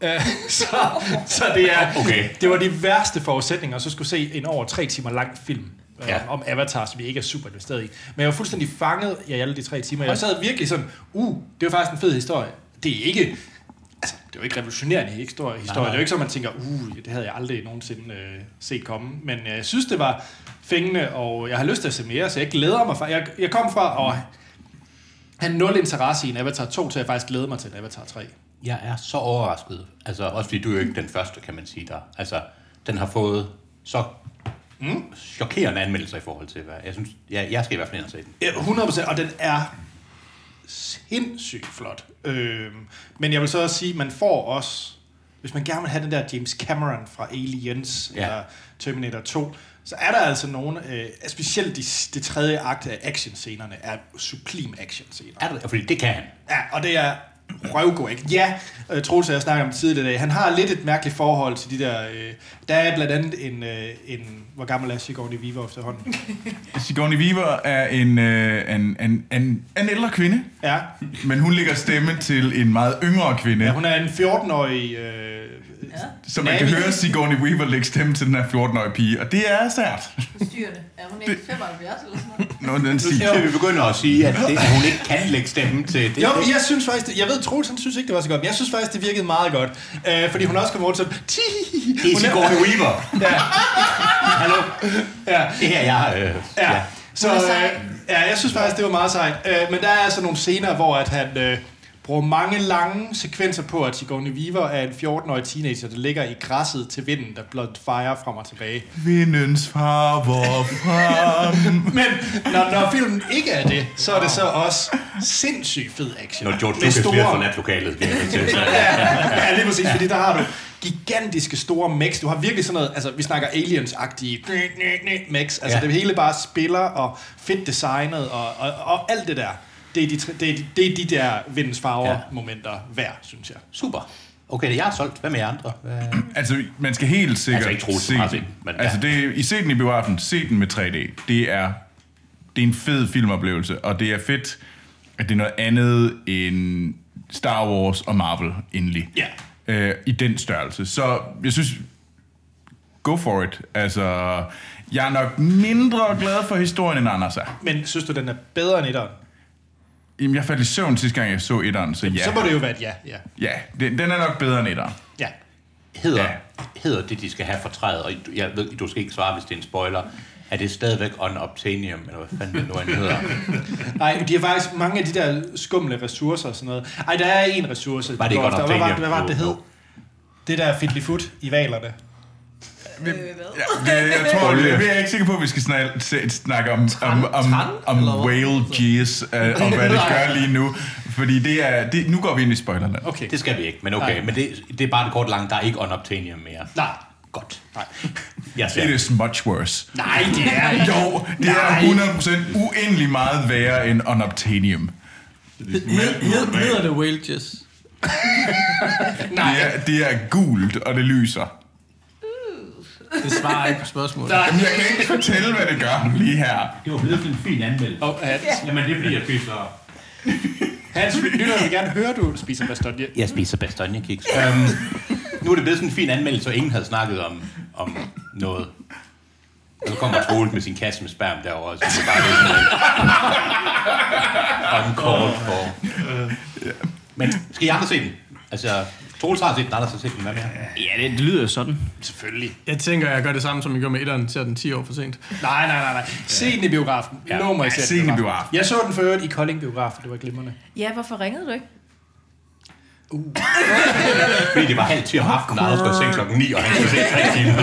Så det er... Okay. Det var de værste forudsætninger, og så skulle se en over 3 timer lang film om Avatar, som vi ikke er super investeret i. Men jeg var fuldstændig fanget i alle de 3 timer. Jeg sad virkelig sådan, det var faktisk en fed historie. Det er ikke... Altså, det er jo ikke revolutionerende historie. Det er jo ikke så, man tænker, det havde jeg aldrig nogensinde set komme. Men jeg synes, det var fængende, og jeg har lyst til at se mere, så jeg glæder mig. Jeg kom fra at have 0 interesse i en Avatar 2, til jeg faktisk glæder mig til en Avatar 3. Jeg er så overrasket. Altså, også fordi du er jo ikke den første, kan man sige der. Altså, den har fået så chokerende anmeldelser i forhold til, hvad jeg synes... Jeg skal i hvert fald ind og se den. Ja, 100%, og den er sindssygt flot. Men jeg vil så også sige, man får også... Hvis man gerne vil have den der James Cameron fra Aliens eller Terminator 2, så er der altså nogle... specielt det tredje akt af actionscenerne er sublim actionscener. Er det? Fordi det kan han. Ja, og det er røvgod, ikke? Ja, Troels og jeg snakker om tidligere i dag. Han har lidt et mærkeligt forhold til de der... der er blandt andet en... Hvor gammel er Sigourney Weaver efterhånden? Sigourney Weaver er en ældre kvinde, men hun lægger stemme til en meget yngre kvinde. Ja, hun er en 14-årig... Så man kan høre Sigourney Weaver lægge stemme til den her 14-årige pige, og det er sært. Styrende. Er hun ikke 75 eller sådan noget? Nu skal vi begynde at sige, at hun ikke kan lægge stemme til det. Jo, jeg synes faktisk... Jeg ved, Troels, han synes ikke, det var så godt, men jeg synes faktisk, det virkede meget godt. Fordi hun også kom over til... Det er Sigourney Weaver. Ja. Hallo? Ja. Det her, jeg... Ja. Så jeg synes faktisk, det var meget sejt. Men der er altså nogle scener, hvor at han bruger mange lange sekvenser på, at Sigourney Weaver er en 14-årig teenager, der ligger i græsset til vinden, der blot fejrer frem og tilbage. Vindens farver frem. Men når filmen ikke er det, så er det så også sindssygt fed action. Når George Lucas bliver forladt lokalet. Ja, lige præcis, fordi der har du gigantiske store mechs. Du har virkelig sådan noget, altså vi snakker aliens-agtige mechs. Altså det hele bare spiller og fedt designet og alt det der. Det er de der vindens farver-momenter værd, synes jeg. Super. Okay, jeg er solgt. Hvad med jer andre? Altså, man skal helt sikkert ikke tro, se den. Altså, I ser den i biografen, se den med 3D. Det er en fed filmoplevelse, og det er fedt, at det er noget andet end Star Wars og Marvel endelig. I den størrelse. Så jeg synes, go for it. Altså, jeg er nok mindre glad for historien, end Anders er. Men synes du, den er bedre end etteren? Jamen, jeg faldt i søvn sidste gang, jeg så etteren, så ja. Så må det jo være et ja. Ja, den er nok bedre end etteren. Ja. Hedder det, de skal have fortrædet, og jeg ved, du skal ikke svare, hvis det er en spoiler, er det stadigvæk Unobtainium, eller hvad fanden det nu end hedder? Nej, de har faktisk mange af de der skumle ressourcer og sådan noget. Ej, der er en ressource. Var det ikke Unobtainium? Hvad var det hed? Det der fiddlyfoot i valerne. Jeg tror, jeg er ikke sikker på, at vi skal snakke om whale jizz og hvad det gør lige nu. Fordi nu går vi ind i spoilerland. Okay. Det skal vi ikke, men okay. Nej. Men det er bare det kort langt, der er ikke Unobtainium mere. Nej. Godt. Nej. It is much worse. Nej, det er ikke. Jo, det er 100% uendelig meget værre end Unobtainium. Hedder det whale jizz? Det er gult, og det lyser. Det svarer ikke på spørgsmålet. Jamen, jeg kan ikke fortælle, hvad det gør lige her. Det var blevet sådan en fin anmeldelse. Jamen, det bliver jeg spiser. Hans, lytter vil gerne høre, du spiser bastogne. Jeg spiser bastogne-kiks. Nu er det blevet sådan en fin anmeldelse, og ingen havde snakket om noget. Og så kommer Troels med sin kasse med sperm derovre, så det er bare lidt on-call for. Men skal I andre se den? Altså, Troels har set den, Anders har set den. Hvad med jer? Ja, det lyder sådan. Selvfølgelig. Jeg tænker, jeg gør det samme, som jeg gjorde med etteren, ser den 10 år for sent. Nej. Se den i biografen. Ja. Lov mig at Se den i biografen. Jeg så den for øvrigt i Kolding biografen. Det var glimrende. Ja, hvorfor ringede du ikke? Fordi det var 9:30 om aftenen, og Anders skulle se klokken 9, og han skulle se 3 timer.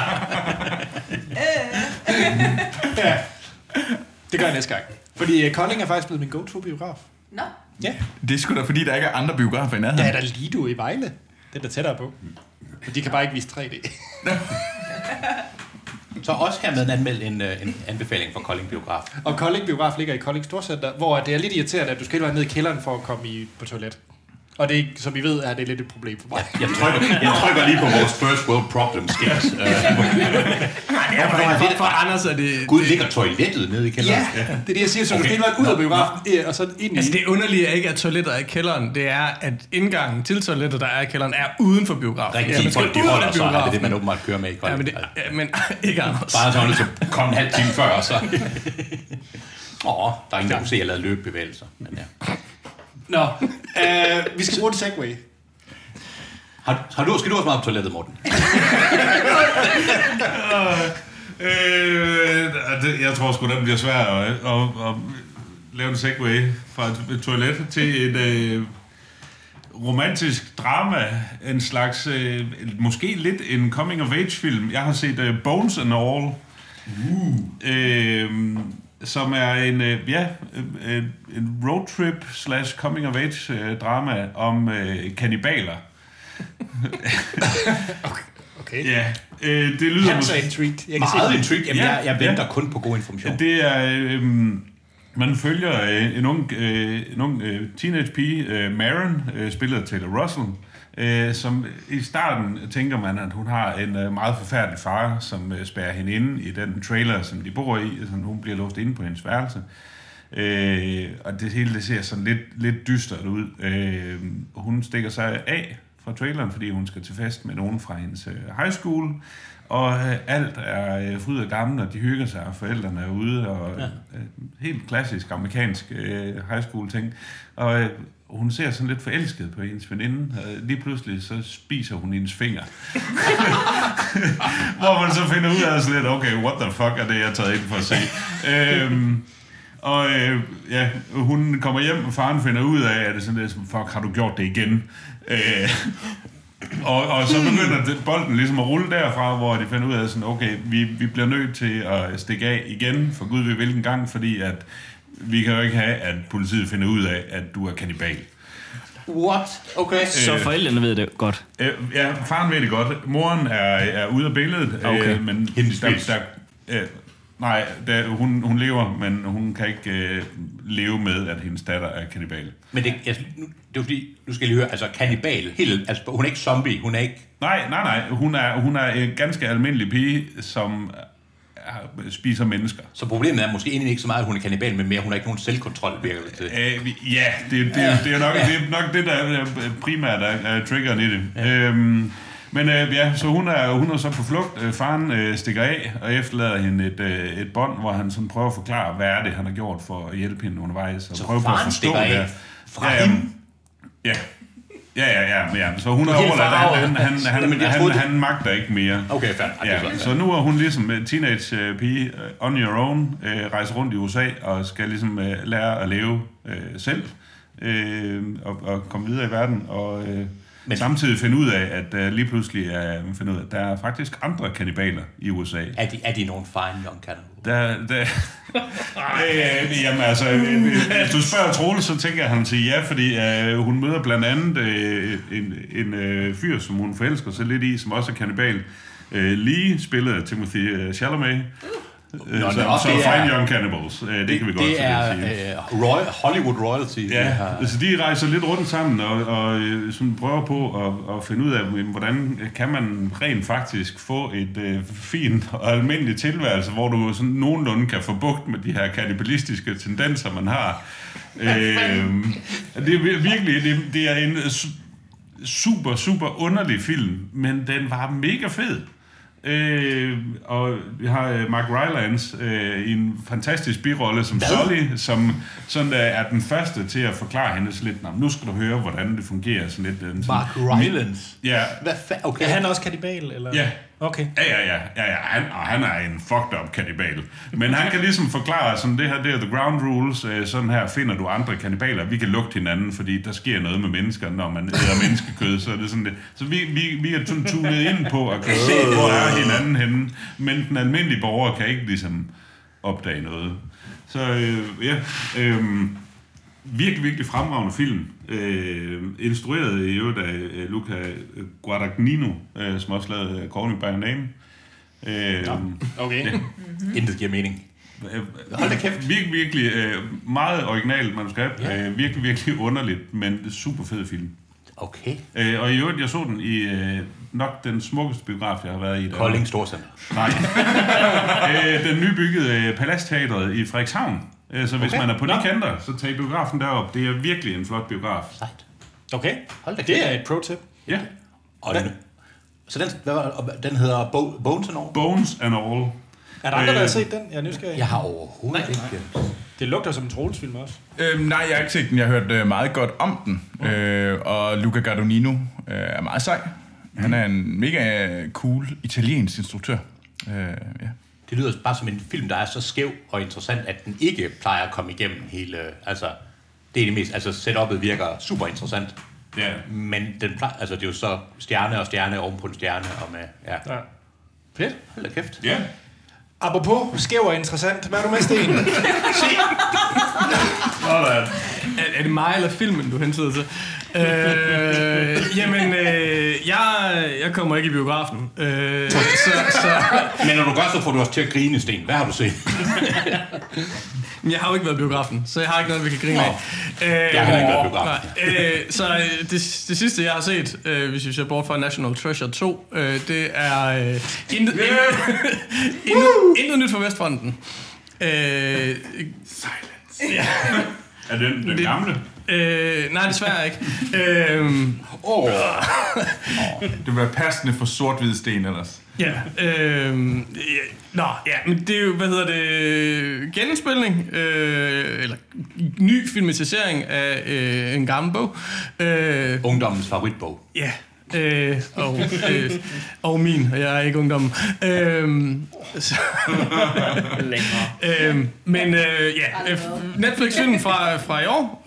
Ja. Det gør jeg næste gang. Fordi Kolding er faktisk blevet min go-to-biograf. Nå. Ja. Det er sgu da, fordi der ikke er andre biografer i nærheden. Der er der Lido i Vejle. Den er tættere på. Men de kan bare ikke vise 3D. Så også hermed anmeldt en anbefaling for Kolding Biograf. Og Kolding Biograf ligger i Kolding Storcenter, hvor det er lidt irriterende, at du skal helt være ned i kælderen for at komme på toilet. Og det er, som I ved, er det lidt et problem for mig. Jeg trykker lige på vores first world problem skills. For Anders er det... Gud, ligger toilettet nede i kælderen? Ja, det er det, jeg siger. Så du skal helt være ud af biografen, og så ind i... Altså det underlige er ikke, at toiletter er i kælderen. Det er, at indgangen til toilettet, der er i kælderen, er uden for biografen. Rigtig folk, de holder sig, er det man åbenbart kører med i Kolding. Ja, men ikke Anders. Bare så nødt til at komme en halv time før, og så... der er ingen, der kunne se, at jeg lavede løbebevægelser. Men ja. Nå, vi skal bruge en segway. Skal du også meget på toilettet, Morten? Jeg tror sgu, den bliver svær at lave en segway fra et toilet til et romantisk drama. En slags, måske lidt en coming-of-age-film. Jeg har set Bones and All. Som er en roadtrip / coming of age drama om kannibaler. Okay. Ja, det lyder Han så intrigued. Jeg kan Meget se intrigued. Jamen, jeg venter kun på god information. det er man følger en ung teenage pige, Maren, spillet af Taylor Russell, som i starten tænker man, at hun har en meget forfærdelig far, som spærrer hende inde i den trailer, som de bor i, så hun bliver låst inde på hendes værelse. Og det hele det ser sådan lidt dystert ud. Hun stikker sig af fra traileren, fordi hun skal til fest med nogen fra hendes high school, og alt er fryd og gammel, og de hygger sig, og forældrene er ude, og helt klassisk amerikansk high school ting. Og hun ser sådan lidt forelsket på hendes veninde, og lige pludselig så spiser hun hendes finger. Hvor man så finder ud af sådan lidt, okay, what the fuck er det, jeg er taget ind for at se? Hun kommer hjem, og faren finder ud af, at det sådan lidt, fuck, har du gjort det igen? Og så begynder bolden ligesom at rulle derfra, hvor de finder ud af sådan, okay, vi bliver nødt til at stikke af igen, for Gud ved hvilken gang, fordi at vi kan jo ikke have, at politiet finder ud af, at du er kannibal. What? Okay. Så forældrene ved det godt. Ja, faren ved det godt. Moren er ude af billedet, okay. Men hun lever, men hun kan ikke leve med, at hendes datter er kannibal. Men det er fordi, nu skal jeg lige høre, altså kannibal, altså hun er ikke zombie, hun er ikke... Nej, hun er en ganske almindelig pige, som spiser mennesker. Så problemet er måske egentlig ikke så meget, at hun er kannibal, men mere, hun har ikke nogen selvkontrol, virker det til. Det er nok det, der er primært er triggeren i det. Så hun er så på flugt. Faren stikker af og efterlader hende et bånd, hvor han sådan prøver at forklare, hvad er det, han har gjort for at hjælpe hende undervejs. Og så prøver faren på at forstå stikker af fra hende? Ja. Så hun er overladt. Han magter ikke mere. Okay, fair. Så nu er hun ligesom teenage pige on your own, rejser rundt i USA og skal ligesom lære at leve selv og komme videre i verden men samtidig finde ud af, at lige pludselig finder ud af, at der er faktisk andre kannibaler i USA. Er de nogle fine young cannibals? Jamen altså, hvis du spørger Troels, så tænker jeg, at han siger ja, fordi hun møder blandt andet en fyr, som hun forelsker sig lidt i, som også er kannibal. Lige spillet af Timothée Chalamet. Så Fine Young Cannibals, det kan vi godt sige. Det er Hollywood royalty. Ja, altså de rejser lidt rundt sammen og sådan prøver på at finde ud af, hvordan kan man rent faktisk få et fint og almindeligt tilværelse, hvor du sådan nogenlunde kan få bugt med de her kannibalistiske tendenser, man har. Det er virkelig, det er en super, super underlig film, men den var mega fed. Og vi har Mark Rylance i en fantastisk birolle som Sully, som sådan er den første til at forklare hende lidt. Nu skal du høre, hvordan det fungerer. Sådan lidt, Mark Rylance? Ja. Okay. Er han også kannibal? Eller? Ja. Okay. Ja. Han er en fucked up kannibal. Men han kan ligesom forklare, sådan det her, det er the ground rules. Sådan her finder du andre kannibaler. Vi kan lugte hinanden, fordi der sker noget med mennesker, når man æder menneskekød. Så er det sådan det. Så vi er tunet ind på at kan se, hvor er hinanden henne. Men den almindelige borger kan ikke ligesom opdage noget. Så virkelig fremragende film. Instrueret i øvrigt af Luca Guadagnino, som også lavede Call Me By Your Name. Okay. Ja. Intet giver mening. Hold da kæft. Virkelig meget originalt manuskript. Ja. Virkelig underligt, men super fed film. Okay. Og i øvrigt, jeg så den i nok den smukkeste biograf, jeg har været i. Kolding Storcenter. Nej. Den nybyggede Palastteatret i Frederikshavn. Så hvis man er på de kanter, så tag biografen derop. Det er virkelig en flot biograf. Sejt. Okay. Hold da det er et pro-tip. Ja. Og så den hedder Bones and All? Bones and All. Er der andre, der har set den? Jeg er nysgerrig. Jeg har overhovedet ikke. Det lugter som en Troels-film også. Nej, jeg har ikke set den. Jeg har hørt meget godt om den. Og Luca Guadagnino er meget sej. Han er en mega cool italiensk instruktør. Ja. Det lyder bare som en film, der er så skæv og interessant, at den ikke plejer at komme igennem hele... Altså, det er det mest... Altså, setup'et virker super interessant. Ja. Men den plejer... Altså, det er jo så stjerne og stjerne oven på en stjerne og med... Ja. Fedt. Hold da kæft. Ja. Apropos skæv og interessant. Hvad er du med, Sten? Er det mig eller filmen, du hentyder til? Jeg kommer ikke i biografen. Men når du gør, så får du også til at grine, Sten. Hvad har du set? Jeg har jo ikke været i biografen, så jeg har ikke noget, vi kan grine af. Jeg har ikke været i biografen. Så det sidste, jeg har set, hvis vi ser bort fra National Treasure 2, det er intet nyt fra Vestfronten. Silence. Ja. Er den gamle? Nej, desværre ikke. Det var passende for sort-hvid Sten ellers. Ja, men det er jo, genindspilning, eller ny filmatisering af en gammel bog. Ungdommens favoritbog. Ja, og min, og jeg er ikke ungdommen. Netflix-filmen fra i år,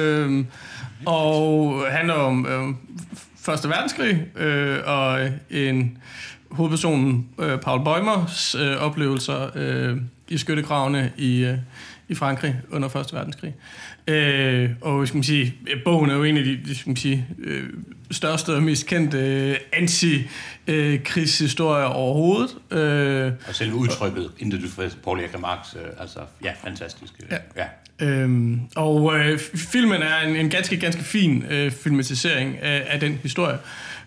og handler om Første Verdenskrig, og hovedpersonen Paul Bäumers oplevelser i skyttegravene i Frankrig under Første Verdenskrig. Og skal man sige, bogen er jo en af de skal man sige, største og mest kendte anti-krigshistorier overhovedet. Og selve udtrykket, intet du for Paul Erik Remarques, altså, ja, fantastisk. Ja. Filmen er en ganske fin filmatisering af den historie.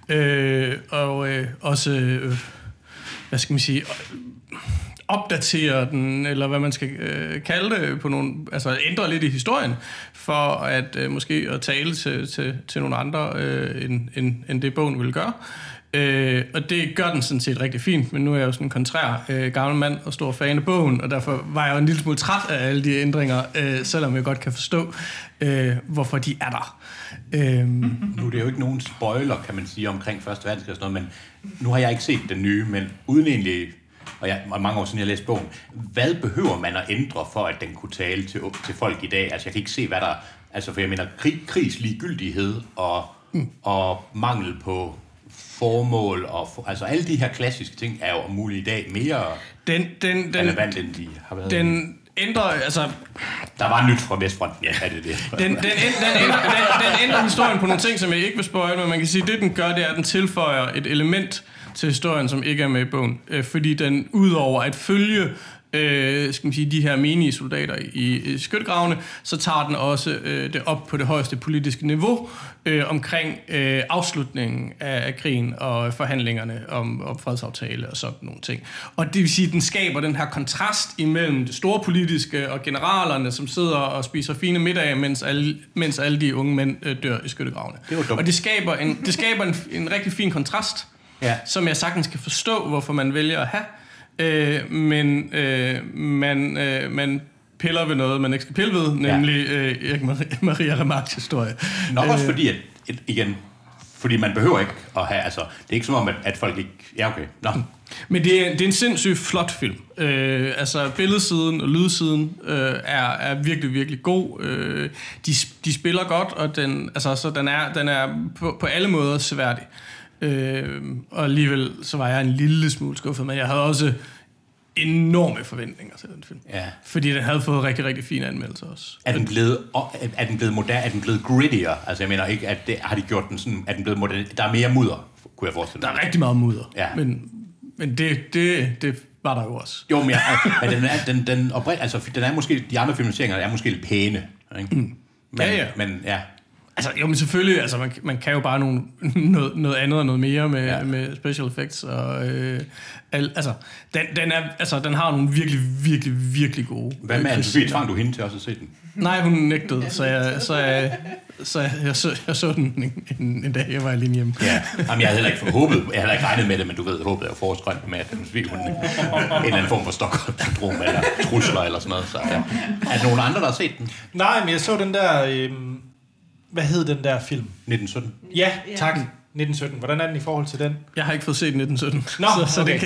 Også, hvad skal man sige, opdatere den, eller hvad man skal kalde det, på nogle, altså ændre lidt i historien, for at måske at tale til nogle andre, end det bogen ville gøre. Og det gør den sådan set rigtig fint, men nu er jeg jo sådan en kontrær gammel mand og stor fan af bogen, og derfor var jeg jo en lille smule træt af alle de ændringer, selvom jeg godt kan forstå, hvorfor de er der. Nu er det jo ikke nogen spoiler, kan man sige, omkring Første Verdenskrig og sådan noget, men nu har jeg ikke set den nye, men uden egentlig, og mange år siden jeg læste bogen, hvad behøver man at ændre for, at den kunne tale til folk i dag? Altså jeg kan ikke se, hvad der... Altså for jeg mener, krigs ligegyldighed og mangel på formål, og altså alle de her klassiske ting er jo om muligt i dag mere relevant, end de har været. Den ændrer, altså... Der var nyt fra Vestfronten, ja, er det det. Den ændrer historien på nogle ting, som jeg ikke vil spoil, men man kan sige, at det den gør, det er, at den tilføjer et element til historien, som ikke er med i bogen. Fordi den, udover at følge skal man sige, de her menige soldater i skyttegravene, så tager den også det op på det højeste politiske niveau omkring afslutningen af krigen og forhandlingerne om fredsaftale og sådan nogle ting. Og det vil sige, at den skaber den her kontrast imellem det store politiske og generalerne, som sidder og spiser fine middage, mens alle de unge mænd dør i skyttegravene. Og det skaber en rigtig fin kontrast. som jeg sagtens kan forstå, hvorfor man vælger at have, men man piller ved noget, man ikke skal pille ved, nemlig Erik Maria Remarques historie. Nok også fordi, at igen, fordi man behøver ikke at have, altså, det er ikke som om, at folk ikke, okay, Men det er en sindssygt flot film. Altså billedsiden og lydsiden er virkelig, virkelig god. De spiller godt, og den er på alle måder seværdig. Og alligevel så var jeg en lille smule skuffet, men jeg havde også enorme forventninger til den film. Ja. Fordi den havde fået rigtig, rigtig fine anmeldelser også. Er den blevet moderne? Er den blevet grittier? Altså jeg mener ikke, at har de gjort den sådan, er den blevet moderne? Der er mere mudder, kunne jeg forestille mig. Der er rigtig meget mudder. Ja. Men det var der jo også. Jo, men den er måske, de andre filmatiseringer er måske lidt pæne. Ikke? Men ja. Altså, jo, men selvfølgelig, altså, man kan jo bare noget andet og noget mere med special effects. Og, den har nogle virkelig, virkelig, virkelig gode... Hvad med Anne-Sophie? Tvang du hende til også at se den? Nej, hun nægtede, så jeg så den en dag, jeg var alene hjemme. Ja, jamen, jeg havde heller ikke håbet, jeg havde ikke regnet med det, men du ved, håbet er jo forårsgrønt med, at Anne-Sophie, hun en eller anden form for Stockholm-syndrom, eller trusler, eller sådan noget. Så, ja. Er der nogen andre, der har set den? Nej, men jeg så den der... hvad hed den der film? 1917. Ja, tak. 1917. Hvordan er den i forhold til den? Jeg har ikke fået set 1917. Nå, så okay.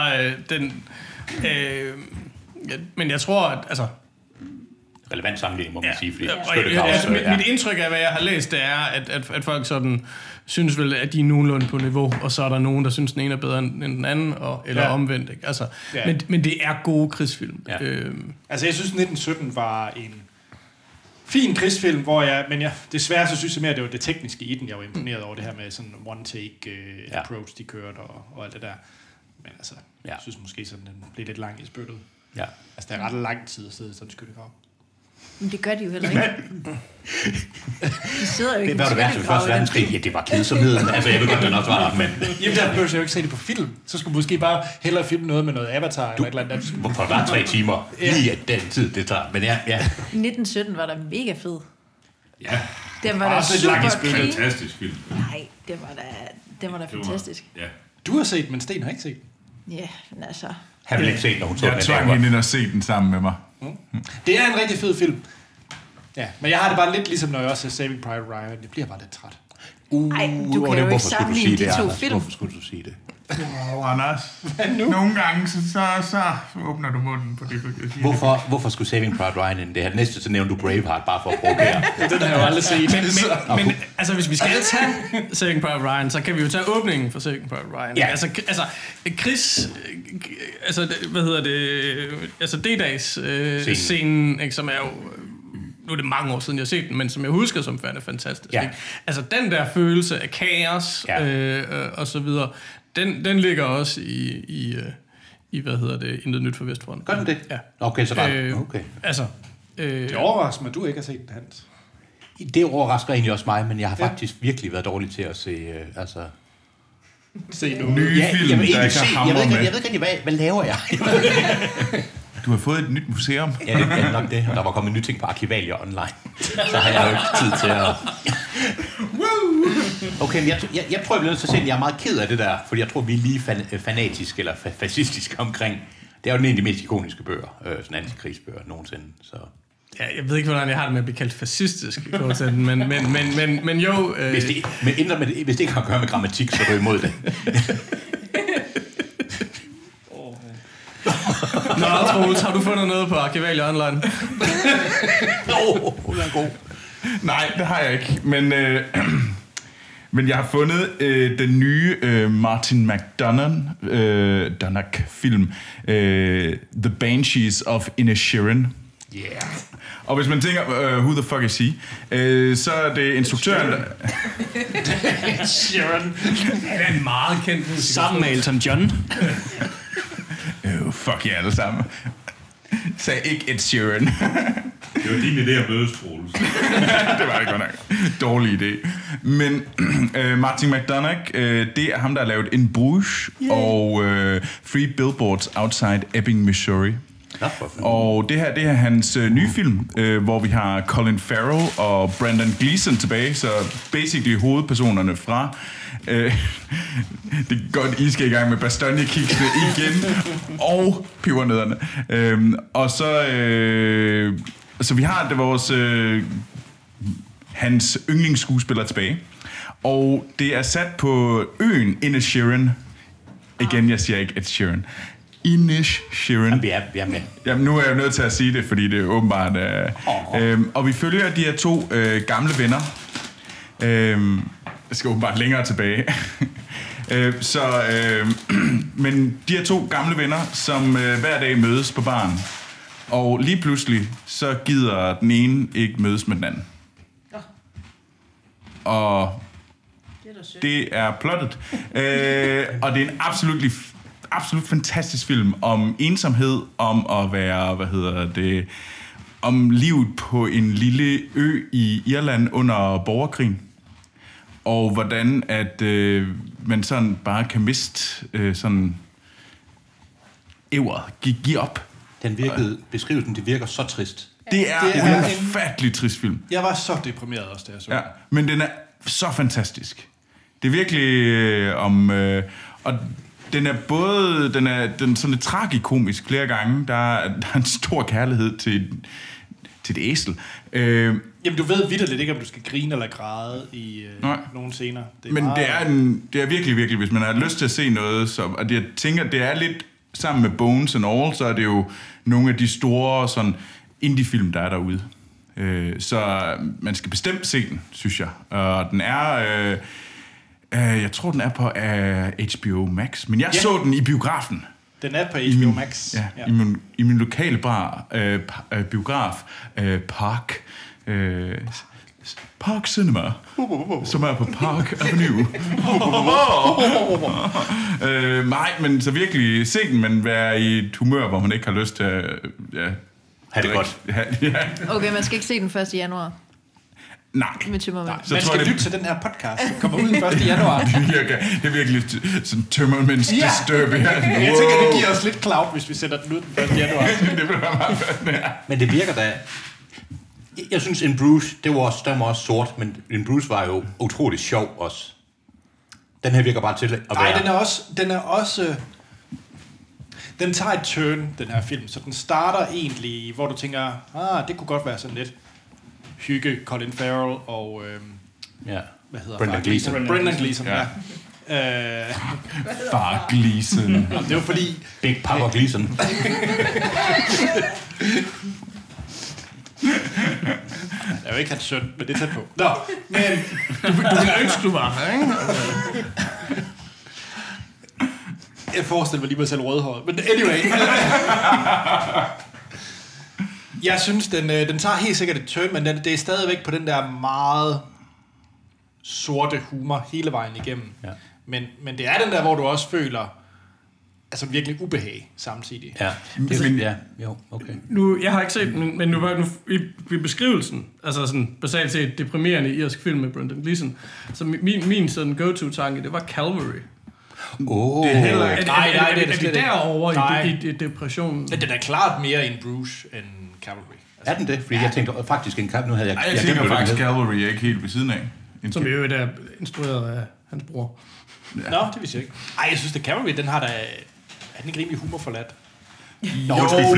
Men jeg tror, at... Altså, relevant sammenligning, må man sige. Fordi mit indtryk af, hvad jeg har læst, det er, at folk sådan synes vel, at de er nogenlunde på niveau, og så er der nogen, der synes, den ene er bedre end den anden, eller omvendt. Ikke? Altså, men det er gode krigsfilm. Ja. Altså, jeg synes, 1917 var en fin krigsfilm, hvor desværre så synes jeg mere, at det var det tekniske i den. Jeg var imponeret over det her med sådan one-take approach, de kørte, og alt det der. Men altså, jeg synes måske sådan, den blev lidt lang i spyttet. Ja. Altså, det er ret lang tid at sidde i sådan en skyttegrav. Men det gør de jo heller ikke. De sidder jo ikke det var det værste ved første verdenskrig. Ja, det var kedsomheden. Altså, jeg ved godt, den også var der, men... Jamen, der behøver jeg jo ikke se det på film. Så skulle måske bare hellere filme noget med noget Avatar eller et eller andet. Hvorfor der var 3 timer lige at den tid, det tager. Men ja. 1917 var da mega fed. Ja. Den var da super clean. Fantastisk film. Nej, den var da fantastisk. Ja. Du har set den, men Sten har ikke set den. Ja, men altså... Han vil ikke se, når hun så jeg tvang hende ind og se den sammen med mig. Det er en rigtig fed film. Ja, men jeg har det bare lidt ligesom, når jeg også ser Saving Private Ryan. Det bliver bare lidt træt. Ej, du kan jo ikke sammenligne de to film. Hvorfor skulle du sige det? Anders, nogle gange så åbner du munden på det, du kan sige. Hvorfor skulle Saving Private Ryan ind? Det her næste, så nævnte du Braveheart, bare for at provokere. Den har jeg jo aldrig set. Men altså, hvis vi skal tage Saving Private Ryan, så kan vi jo tage åbningen for Saving Private Ryan. Ja. Altså Chris, hvad hedder det, altså D-dags scenen, ikke, som er jo... Nu er det mange år siden, jeg har set den, men som jeg husker som fan er fantastisk. Ja. Ikke? Altså den der følelse af kaos og så videre, den ligger også i hvad hedder det, Intet nyt fra Vestfronten. Gør den det? Ja. Okay, så bare... Okay. Altså... det overrasker mig, at du ikke har set den, Hans. Det overrasker egentlig også mig, men jeg har faktisk virkelig været dårlig til at se... se nogle nye film, der ikke hammer med. Jeg ved ikke, hvad laver jeg? Du har fået et nyt museum. Ja, det er nok det. Der var kommet nye ting på Arkivalia online. Så har jeg jo ikke tid til at... Okay, men jeg tror, jeg bliver nødt til at se den. Jeg er meget ked af det der, fordi jeg tror, vi er lige fanatiske eller fascistiske omkring. Det er jo den af de mest ikoniske bøger, sådan antikrigsbøger nogensinde. Så. Ja, jeg ved ikke, hvordan jeg har det med at blive kaldt fascistisk i forhold til den, men jo... Hvis det ikke har at gøre med grammatik, så er du imod det. Nå, Troels, har du fundet noget på Arkivalia Online? Hun er god. Nej, det har jeg ikke. Men jeg har fundet den nye Martin McDonagh-film, The Banshees of Inisherin. Yeah. Og hvis man tænker, who the fuck is he? Så er det instruktøren... Sharon. Han er en meget kendt musiker. Sammen med Elton John. Fuck jer alle sammen. Sagde ikke Ed Sheeran. Det var din idé at mødes, Troels. Det var det godt nok. Dårlig idé. Men Martin McDonagh, det er ham, der har lavet In Bruges og Three Billboards Outside Ebbing, Missouri. Og det her er hans nye film, hvor vi har Colin Farrell og Brendan Gleeson tilbage, så basically hovedpersonerne fra... det er godt, I skal i gang med Bastogne-kiksene igen, og pebernødderne. Og så vi har det vores... hans yndlingsskuespiller tilbage. Og det er sat på øen Inisherin. Igen, jeg siger ikke Ed Sheeran. Inisherin. Jamen, nu er jeg nødt til at sige det, fordi det er åbenbart... og vi følger de her 2 gamle venner. Jeg skal åbenbart længere tilbage. Men de her 2 gamle venner, som hver dag mødes på baren. Og lige pludselig, så gider den ene ikke mødes med den anden. Og det er plottet. Og det er en absolut fantastisk film om ensomhed, om at være, om livet på en lille ø i Irland under borgerkrigen. Og hvordan at man sådan bare kan miste sådan ævret, give op. Beskrivelsen, det virker så trist. Det er en ufattelig trist film. Jeg var så deprimeret også, da jeg så. Ja, men den er så fantastisk. Det er virkelig og den er både den er sådan lidt tragikomisk flere gange. Der er en stor kærlighed til et æsel. Jamen du ved vitterligt ikke om du skal grine eller græde i nogle scener. Det er virkelig hvis man har lyst til at se noget, så og jeg tænker det er lidt sammen med Bones and All, så er det jo nogle af de store sådan indie-film der er derude. Så man skal bestemt se den, synes jeg. Og den er jeg tror den er på HBO Max, men jeg så den i biografen. Den er på HBO Max. I min lokale biograf Park Park Cinema, som er på Park Avenue. Nej, men så virkelig se den, men være i et humør, hvor man ikke har lyst til at have det godt. Okay, man skal ikke se den 1. januar. Nej. Man skal lytte til den her podcast, som kommer ud den 1. januar. Det er virkelig sådan tømmermænds disturbing. Jeg tænker, det giver os lidt cloud, hvis vi sætter den ud den 1. januar. Det vil være meget fanden, ja. Men det virker da... Jeg synes, In Bruges, den var også sort, men In Bruges var jo utroligt sjov også. Den her virker bare til at være... Nej, den tager et turn, den her film, så den starter egentlig, hvor du tænker, det kunne godt være sådan lidt hygge Colin Farrell og... hvad hedder Brendan Gleeson. Brendan Gleeson, ja. Far Gleeson. Det var fordi... Big Papa Gleeson. Jeg vil ikke have søn, men det er tæt på. Nå, men... Du ville ønske, du var her, ikke? Jeg forestiller mig lige mig selv rødhåret. Men anyway. Jeg synes, den tager helt sikkert et turn, men det er stadigvæk på den der meget sorte humor hele vejen igennem. Ja. Men det er den der, hvor du også føler altså virkelig ubehag samtidig. Ja. Okay. Nu, jeg har ikke set den, men nu i beskrivelsen, altså sådan basalt set deprimerende irsk film med Brendan Gleeson, så min sådan go-to-tanke, det var Calvary. Det er heller ikke... Nej, er vi derovre i depressionen? Den er klart mere In Bruges end Calvary. Altså, er den det? Fordi jeg tænkte faktisk en kamp, nu havde jeg tænker faktisk Calvary er ikke helt ved siden af. Som jo er instrueret af hans bror. Ja. Nå, det vidste jeg ikke. Ej, jeg synes, det Calvary, den har da... Er den ikke rimelig humorforladt? Men den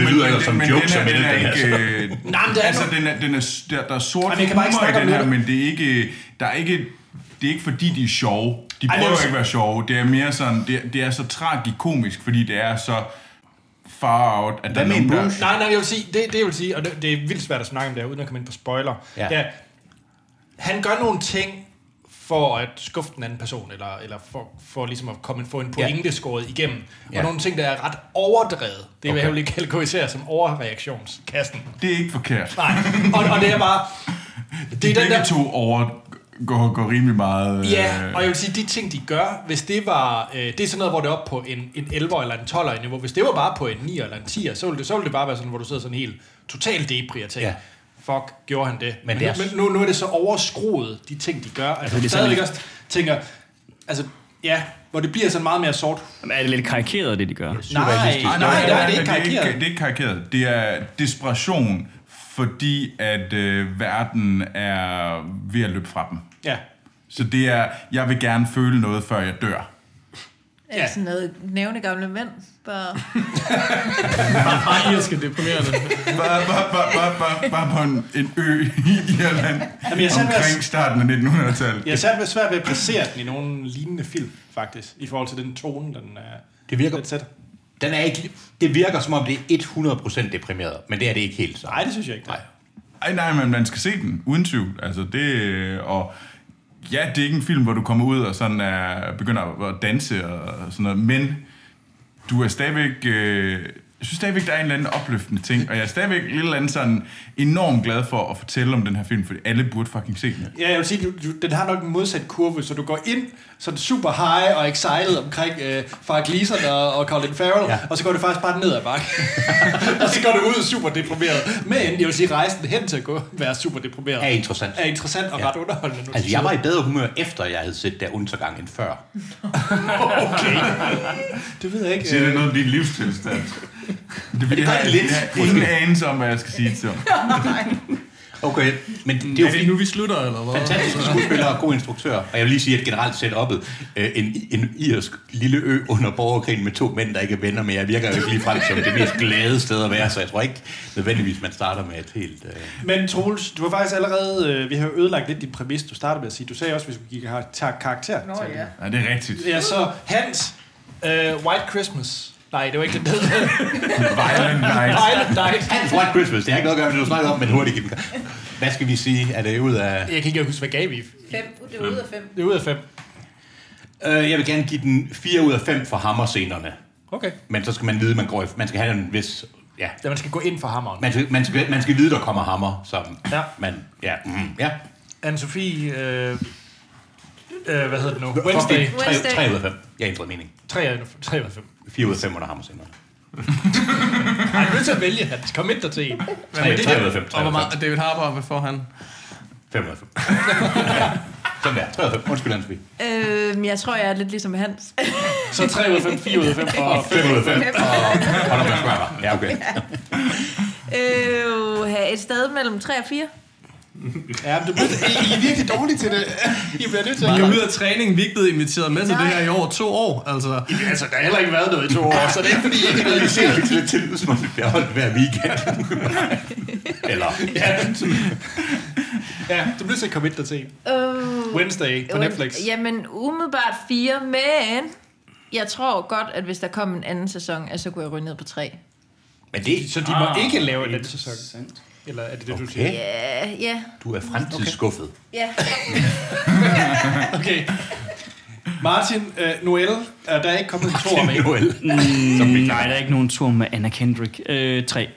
er sort humor i den her, men det er ikke fordi de er sjove. De prøver ikke at være sjove. Det er mere sådan, det er så tragikomisk, fordi det er så far out, at der er nogen der... Nej, jeg vil sige, det jeg vil sige, og det er vildt svært at snakke om det her, uden at komme ind på spoiler. Ja. Det er, han gør nogle ting for at skuffe den anden person, eller for ligesom at få en pointe skåret igennem. Og nogle ting, der er ret overdrevet. Det vil jeg jo lige kategorisere som overreaktionskassen. Det er ikke forkert. Nej, og det er bare... Det er begge to går rimelig meget... Ja, og jeg vil sige, de ting, de gør, hvis det var... det er sådan noget, hvor det er oppe på en 11'er eller en 12'er niveau. Hvis det var bare på en 9'er eller en 10'er, så ville det bare være sådan, hvor du sidder sådan helt totalt depri og tænker, fuck, gjorde han det? Men nu er det så overskruet, de ting, de gør. Altså, det stadigvæk også tænker... Altså, Ja, hvor det bliver sådan meget mere sort. Men er det lidt karikeret, det de gør? Nej, det er ikke karikeret. Det er ikke karikeret. Det er desperation, fordi at verden er ved at løbe fra dem. Ja. Så det er, jeg vil gerne føle noget, før jeg dør. Er det sådan noget nævne gamle mænd? Bare Bare irske deprimerende. Bare på en ø i Irland omkring starten af 1900-tallet. Jeg er svært ved at placere den i nogle lignende film, faktisk, i forhold til den tone, den er. Det virker. Den sætter. Den er ikke, det virker som om det er 100% deprimeret, men det er det ikke helt så. Nej, det synes jeg ikke. Nej, men man skal se den, uden tvivl. Altså det, og ja, det er ikke en film, hvor du kommer ud og sådan begynder at danse og sådan noget, men du er stadigvæk, jeg synes stadigvæk, der er en eller anden opløftende ting, og jeg er stadigvæk lidt eller andet sådan enormt glad for at fortælle om den her film, fordi alle burde fucking se den. Ja, jeg vil sige, den har nok en modsat kurve, så du går ind sådan super high og excited omkring Farrah Gleason og Colin Farrell, og så går det faktisk bare ned ad bakken. Og så går du ud super deprimeret. Men jeg vil sige, rejsen hen til at være super deprimeret Er interessant. Er interessant og ret underholdende. Nu Altså, jeg var i bedre humør, efter jeg havde set der Untergang end før. Okay. Det ved jeg ikke. Siger det noget om din livstilstand? Det gør det lidt. Jeg har ingen anelse om, hvad jeg skal sige til. Okay, men det er jo Er det nu, vi slutter, eller hvad? fantastiske skuespiller og god instruktør. Og jeg vil lige sige, at generelt setup'et, en irsk lille ø under borgerkrigen med 2 mænd, der ikke er venner med, jeg virker jo ikke lige frem som det mest glade sted at være, så jeg tror ikke nødvendigvis, man starter med et helt... Men Troels, du har faktisk allerede, vi har jo ødelagt lidt din præmis, du startede med at sige. Du sagde også, hvis vi gik karakter. Nå ja. Ja, det er rigtigt. Ja, så Hans, White Christmas. Nej, det var ikke det, der Violent Night. Violent Night. Hans White Christmas, det har ikke noget at gøre med det, du snakker om, men hurtigt give den. Hvad skal vi sige? Er det ud af... Jeg kan ikke engang huske, hvad gav vi? 5. Det er ud af 5. Det er ud af 5. Jeg vil gerne give den 4 ud af 5 for hammerscenerne. Okay. Men så skal man vide, man skal have en vis... Ja. Ja, man skal gå ind for hammeren. Man skal vide, der kommer hammer, som Ja. man... Ja. Ja. Anne-Sophie, hvad hedder det nu? Wednesday. 3 ud af 5. Jeg ændrede mening. 3 ud af 5. 4 ud af 5 under hammerscenerne. Nej, du er nødt til at vælge, Hans. Kom ind der til en. 3 ud af 5. Og hvor meget David Harbour, hvad får han? 5 ud af 5. Sådan der. 3 ud af 5. Undskyld, Anne-Sophie. Jeg tror, jeg er lidt ligesom Hans. Så 3 ud af 5, 4 ud af 5 og 5 ud af 5. Og der bliver spørger. Ja, okay. Have et sted mellem 3 og 4. Ja, men I er virkelig dårlige til det. I bliver nødt til Vi at er ude af træning, vi er ikke blevet inviteret med til det her i over 2 år. Altså, Altså, der har heller ikke været noget i 2 år, så det er ikke fordi, I ikke ved, Vi ser lidt lidt til, som om det bliver holdt hver weekend. Eller... Ja, du bliver nødt til at komme ind der til en. Wednesday på Netflix. Jamen, umiddelbart 4, men jeg tror godt, at hvis der kom en anden sæson, så kunne jeg ryge ned på 3. Men det... Så de må ikke lave en anden sæson. Eller er det det, du siger? Ja. Du er fremtidsskuffet. Ja. Okay. Martin, Noel, der er ikke kommet en toer med. Noel. Nej, der er ikke nogen tur med Anna Kendrick. 3. 3.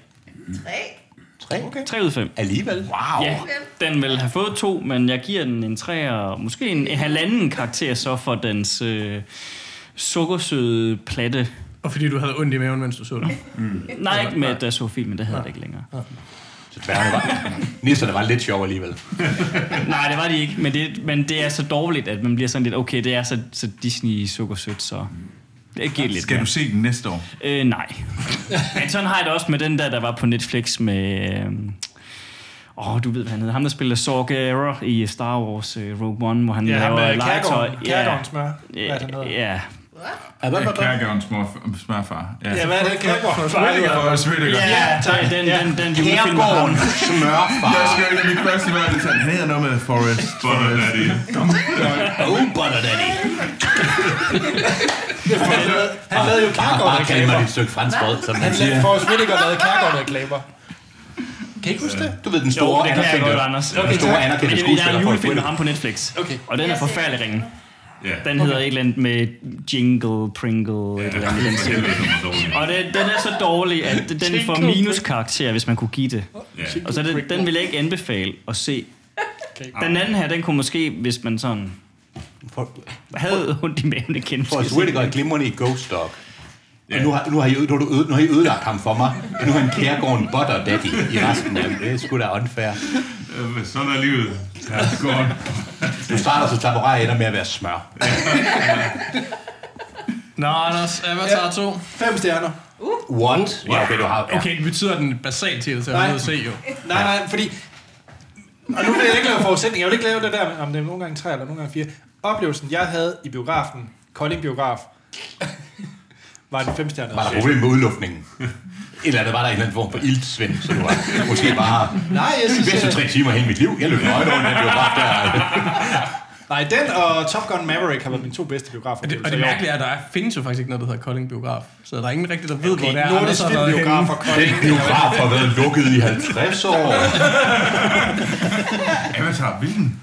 3 ud af 5. Alligevel. Wow. Ja, den vil have fået 2, men jeg giver den en 3 og måske en halvanden karakter så for dens sukkersøde platte. og fordi du havde ondt i maven, mens du så det. Nej, ikke med at jeg så filmen, det havde jeg ikke længere. Så tværne var... Nisserne var lidt sjov alligevel. Nej, det var de ikke, men det er så dårligt, at man bliver sådan lidt, okay, det er så Disney-sukkersødt, så... Det giver lidt Skal du se den næste år? Nej. Men sådan har jeg det også med den der var på Netflix med... du ved, hvad han hedder. Ham, der spiller Saw Gerrera i Star Wars Rogue One, hvor han laver legetøj. Kærgården smør. Hvad er det noget? Ja. Kærgårdens smørfar. Ja, hvad er det? Kærgården smør. Ja, den julefilm med ham. Smørfar. Jeg skal ikke mit første valg, det han hedder noget med Forrest. Butter Daddy. Butter Daddy. Han lavede jo Bare kald mig Kærgården-reklamer. et stykke fransk brød, som man Han siger. lavede Forrest Whitaker lavede Kærgården-reklamer. Kan I ikke huske det? Du ved, den Jo, store det kan jeg godt, anerkendte... Anders. Den store anerkendte Men jeg er skuespiller en for julefilm med Whitaker. ham på Netflix. Okay. Og den er forfærdelig ringen. Ja. Den hedder et eller andet med Jingle, Pringle, et eller andet i den stil. Og den er så dårlig, at den får minuskarakter, hvis man kunne give det. Ja. Og så den vil jeg ikke anbefale at se. Den anden her, den kunne måske, hvis man sådan havde ondt i maven igen. Forrest Whitaker er glimrende i Ghost Dog. Og nu har I ødelagt ham for mig. Nu har han Kærgården Butter Daddy i resten af det. Det er sgu da unfair. Sådan er livet. Du starter så taburet ender med at være smør. Nå, Anders, Avatar 2. 5 stjerner. What? Ja, okay, du har... Ja. Okay, det betyder den basalt til at Nej. at se, jo. Nej, fordi... Og nu vil jeg ikke lave forudsætninger. Jeg vil ikke lave det der, om det er nogle gange 3 eller nogle gange 4. Oplevelsen, jeg havde i biografen, Kolding Biograf, var den 5 stjerner. Var der problem med udluftningen? Et eller andet var der en eller anden form for iltsvind, så du var måske bare... Nej, jeg synes... De bedste 3 timer hele mit liv. Jeg løb nøje under den biograf der. Nej, den og Top Gun Maverick har været mine 2 bedste biografer. Og det mærkelige er, at der findes jo faktisk ikke noget, der hedder Kolding Biograf. Så der er ingen rigtig, der ved, hvor det er. Nordisk Filmbiograf og Kolding. Den biograf har været lukket i 50 år. Avatar, hvilken?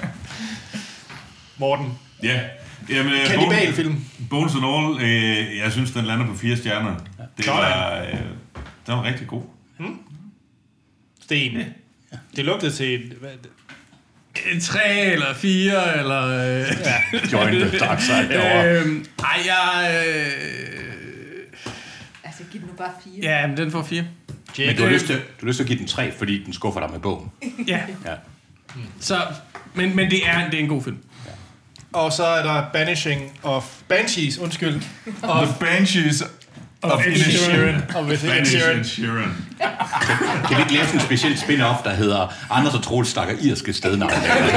Morten. Ja. Jamen, Kannibalfilm. Bones and All, jeg synes, den lander på 4 stjerner. Det var, den var rigtig god. Sten. Det lugtede til... En 3 eller 4, eller... Join the dark side derovre. Altså, giv den nu bare 4. Ja, men den får 4. Men du har lyst til at give den 3, fordi den skuffer dig med bogen. Ja. Ja. Så, men det er en god film. Og så er der Banshees, The Banshees of Inisherin. Og hvis ikke Banshees Sheeran. and Sheeran. Kan vi ikke lave sådan en speciel spin-off, der hedder Anders og Troels stakker irske stednavn?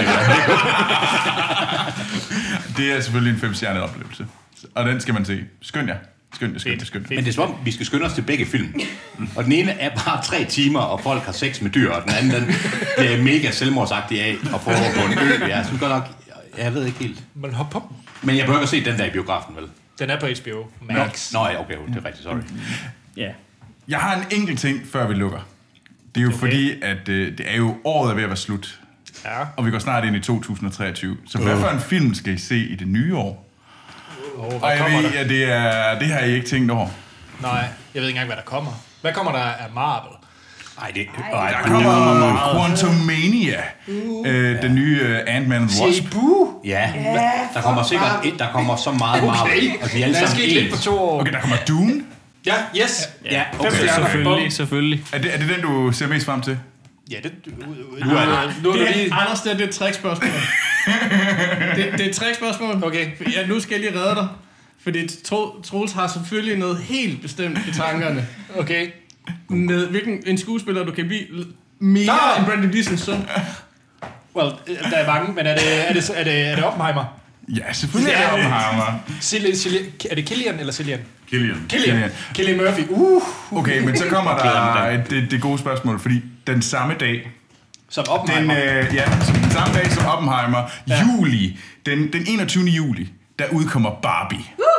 Det er selvfølgelig en 5-stjernet oplevelse. Og den skal man se. Skøn jer. Skøn jer. Men det er som om, vi skal skynde os til begge film. Og den ene er bare 3 timer, og folk har sex med dyr, og den anden den er mega selvmordsagtig af og foregår på en ø. Jeg synes godt nok, jeg ved ikke helt. Men hop på. Men jeg behøver ikke se den der i biografen, vel? Den er på HBO Max. Nå ja, okay, det er rigtigt, sorry. Ja. Jeg har en enkelt ting, før vi lukker. Det er jo fordi, at det er jo året er ved at være slut. Ja. Og vi går snart ind i 2023. Så hvad for en film skal I se i det nye år? Og jeg ved, at det har I ikke tænkt over. Nej, jeg ved ikke engang, hvad der kommer. Hvad kommer der af Marvel? Ej, det... Der kommer Quantumania. Den nye Ant-Man and Wasp. Ja, der kommer sikkert der kommer så meget Marvel. Og de er alle Der er sammen sket lidt på ens. 2 år. Okay, der kommer Dune. Ja, yes. Ja, Fem okay. stjerner. Selvfølgelig. Er det den, du ser mest frem til? Ja, det... Nu er du lige... Anders, det er et trickspørgsmål. det er et trickspørgsmål. Okay. Ja, nu skal jeg lige redde dig. Fordi Troels har selvfølgelig noget helt bestemt i tankerne. Okay. Med hvilken en skuespiller, du kan blive mere end Brendan Gleesons søn. Well, der er mange, men er det Oppenheimer? Ja, selvfølgelig er det Oppenheimer. Er det Cillian eller Cillian? Killian. Cillian Murphy. Okay, men så kommer der det gode spørgsmål, fordi den samme dag, Som Oppenheimer. den samme dag som Oppenheimer, juli, den 21. juli, der udkommer Barbie.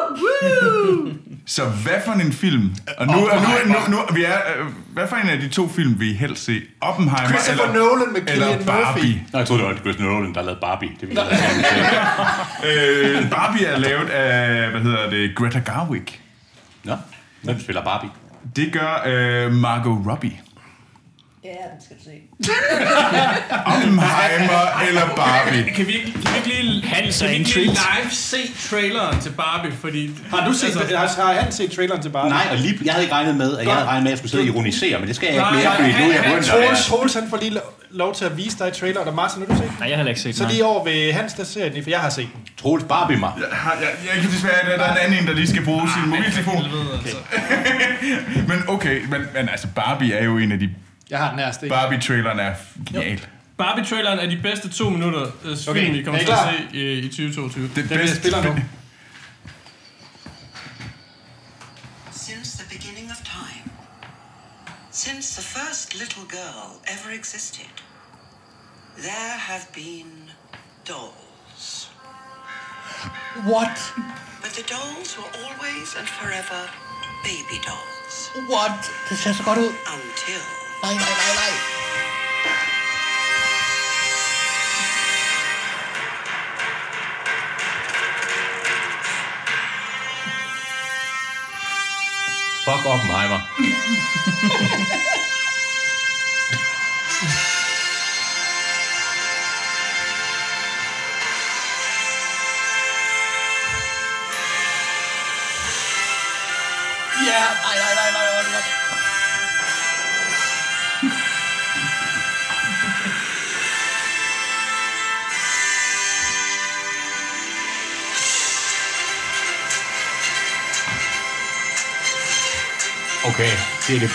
Så hvad for en film? Og nu vi er, hvad for en af de 2 film vil I helst se? Oppenheimer Christopher Nolan med Cillian eller Barbie? Murphy. Nå, jeg troede, det var Christopher Nolan, der lavede Barbie. Det ville jeg gerne se. Barbie er lavet af, Greta Gerwig. Nå, hvem spiller Barbie? Det gør Margot Robbie. Ja, den skal du se. Oppenheimer eller Barbie? Kan vi ikke lige, live se traileren til Barbie? Fordi, Har du set har han set traileren til Barbie? Nej, og jeg havde ikke regnet med, at jeg skulle sidde og ironisere, men det skal jeg ikke mere, fordi nu er jeg begyndt at være... Troels, han får lige lov til at vise dig traileren, og Martin, har du set den? Nej, jeg har heller ikke set Så lige over ved Hans, der ser den, for jeg har set den. Troels Barbie mig. Jeg kan desværre, der er en anden, der lige skal bruge sin mobiltelefon. Men okay, men altså Barbie er jo en af de... Jeg har den her stik. Barbie-traileren er genial. Barbie-traileren er de bedste 2 minutter film, vi kommer til at se i 2022. Det Den jeg spiller nu. Since the beginning of time, since the first little girl ever existed, there have been dolls. What? But the dolls were always and forever baby dolls. What? Det ser så godt ud. Until... Nej. Fuck Oppenheimer. Ja, nej. Okay, det er det.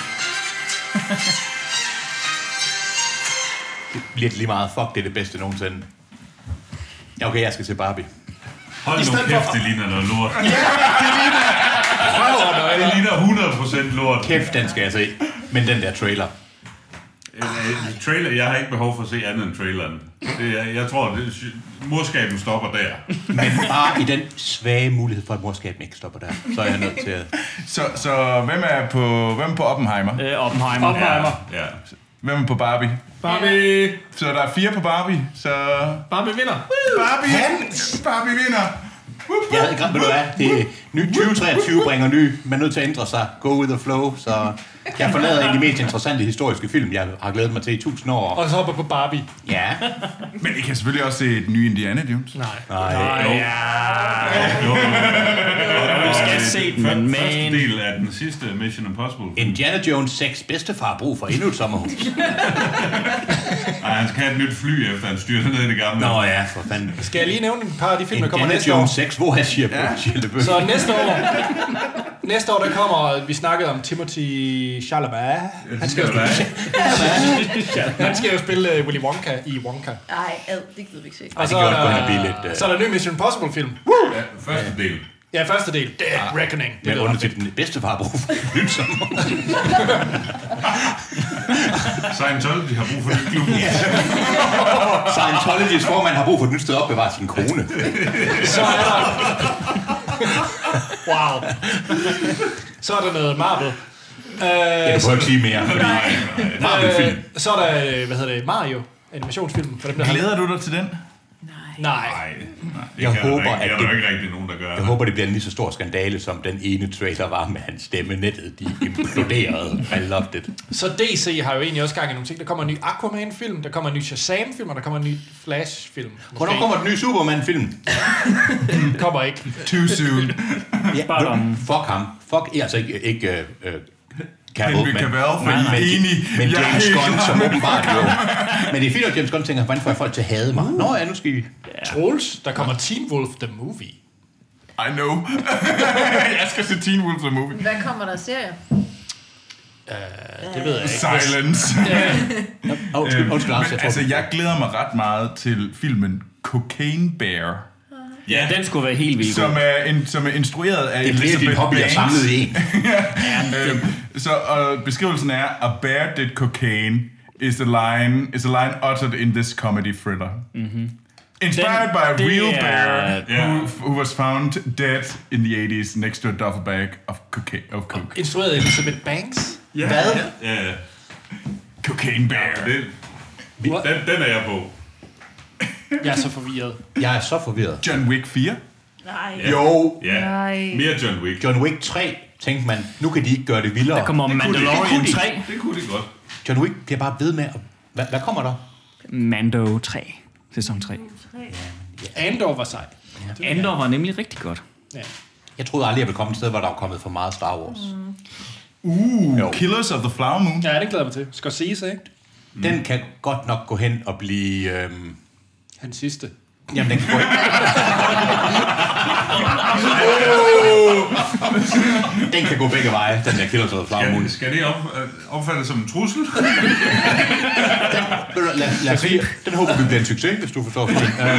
Lidt lige meget. Fuck, det er det bedste nogensinde. Ja, okay, jeg skal se Barbie. Hold nu kæft, det ligner noget lort. Ja, det ligner 100% lort. Kæft, den skal jeg se. Men den der trailer. Trailer, jeg har ikke behov for at se andet end traileren. Jeg tror, morskaben stopper der. Men bare i den svage mulighed for, at morskaben ikke stopper der, så er jeg nødt til at... Så hvem er på Oppenheimer? Oppenheimer. Ja. Hvem er på Barbie? Barbie. Så der er 4 på Barbie, så... Barbie vinder. Barbie vinder! Jeg havde ikke ved du hvad, det er 2023 bringer ny, man er nødt til at ændre sig. Go with the flow, så jeg forlader en af de mest interessante historiske film, jeg har glædet mig til i 1000 år. Og så hopper på Barbie. Ja. Men I kan selvfølgelig også se et nye Indiana Jones. Nej. Vi skal se den, Første del af den sidste Mission Impossible. Indiana Jones 6 bedstefar har brug for endnu et sommerhus. Nej, han skal have et nyt fly, efter han styrer ned i det gamle. Nå ja, for fanden. Skal jeg lige nævne et par af de film, der kommer Indiana næste år? Jones 6, hvor er Shia LaBeouf? Så næste år der kommer, vi snakkede om Timothy Chalamet. Han skal jo spille Willy Wonka i Wonka. Nej, det gider vi ikke se. Og så er der en ny Mission Impossible film. Ja, første del. Ja, første del. Dead Reckoning. Men under til den bedstefar har brug for nyt sommerhus. Scientology har brug for nyt klub. Scientologys formand har brug for et nyt sted at opbevare sin kone. Så er der... Wow. Så er der noget Marvel. Jeg kan ikke sige mere. Marvel-film. Så er der, Mario animationsfilm. For dem, der Glæder du dig til den? Nej. Jeg håber, at det er ikke rigtig nogen, der gør. Jeg håber, det bliver en lige så stor skandale, som den ene trailer var med hans stemme. Nettet, de imploderede. I loved it. Så DC har jo egentlig også gang i nogle ting. Der kommer en ny Aquaman-film, der kommer en ny Shazam-film, og der kommer en ny Flash-film. Hvornår kommer den nye Superman-film? Kommer ikke. Too soon. Ja, fuck ham. Fuck, altså ikke Henry Cavill, men James Gunn, som åbenbart jo. Men det er fint, at James Gunn tænker, hvordan får jeg folk til at hade mig? Nå ja, nu skal vi... Troels, der kommer Teen Wolf The Movie. I know. Jeg skal se Teen Wolf The Movie. Hvad kommer der af serier? Det ved jeg ikke. Silence. Altså, jeg glæder mig ret meget til filmen Cocaine Bear. Ja, den skulle være helt vildt. Som er instrueret af Elizabeth Banks. Det er din hobby, jeg samlede i en. Så beskrivelsen er, a bear did cocaine is a line uttered in this comedy thriller. Mm-hmm. Inspired by a real bear who was found dead in the 80s next to a duffel bag of coke. Instrueret af Elizabeth Banks? Yeah. Hvad? Ja. Cocaine Bear. Den er jeg på. Jeg er så forvirret. Jeg er så forvirret. John Wick 4? Nej. Jo. Ja. Mere John Wick. John Wick 3, tænkte man, nu kan de ikke gøre det vildere. Der kommer Mandalorian 3. Det kunne de godt. John Wick bliver bare ved med at... Hvad kommer der? Mando 3. Sæson 3. Andor var sej. Ja. Andor var nemlig rigtig godt. Ja. Jeg troede aldrig, jeg ville komme et sted, hvor der var kommet for meget Star Wars. Killers of the Flower Moon. Ja, det glæder mig til. Scorsese, ikke? Den kan godt nok gå hen og blive... Hans sidste. Jamen, den kan gå hen. Den kan gå begge veje, den der Killers of the Flower Moon. Skal det opfattes som en trussel? Lad os sige, den håber vi bliver en succes, hvis du forstår.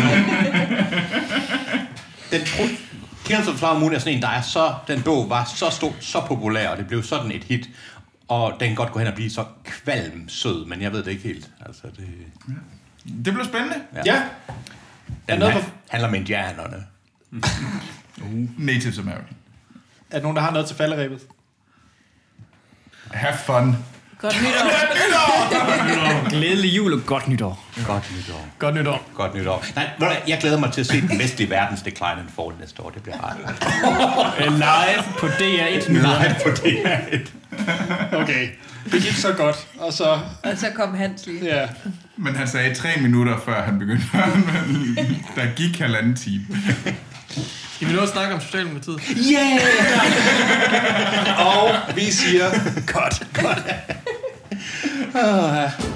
Killers of the Flower Moon er sådan en, der er så... Den bog var så stor, så populær, og det blev sådan et hit. Og den kan godt gå hen og blive så kvalmsød, men jeg ved det ikke helt. Altså, det bliver spændende. Ja. Den handler om indianerne. Natives American. Er der nogen, der har noget til falderæbet? Have fun. Godt nytår. Glædelig jul og godt nytår. Godt nytår. Godt nytår. Godt nytår. Nej, jeg glæder mig til at se den vestlige verdens Decline and Fall næste år. Det bliver rart. Live på DR1. Live på DR1. Okay. Det gik så godt. Og så kom Hans lige. Ja. Men han sagde 3 minutter, før han begyndte. Der gik 1,5 time. Skal vi nu snakke om Socialdemokratiet? Yeah! Og vi siger godt.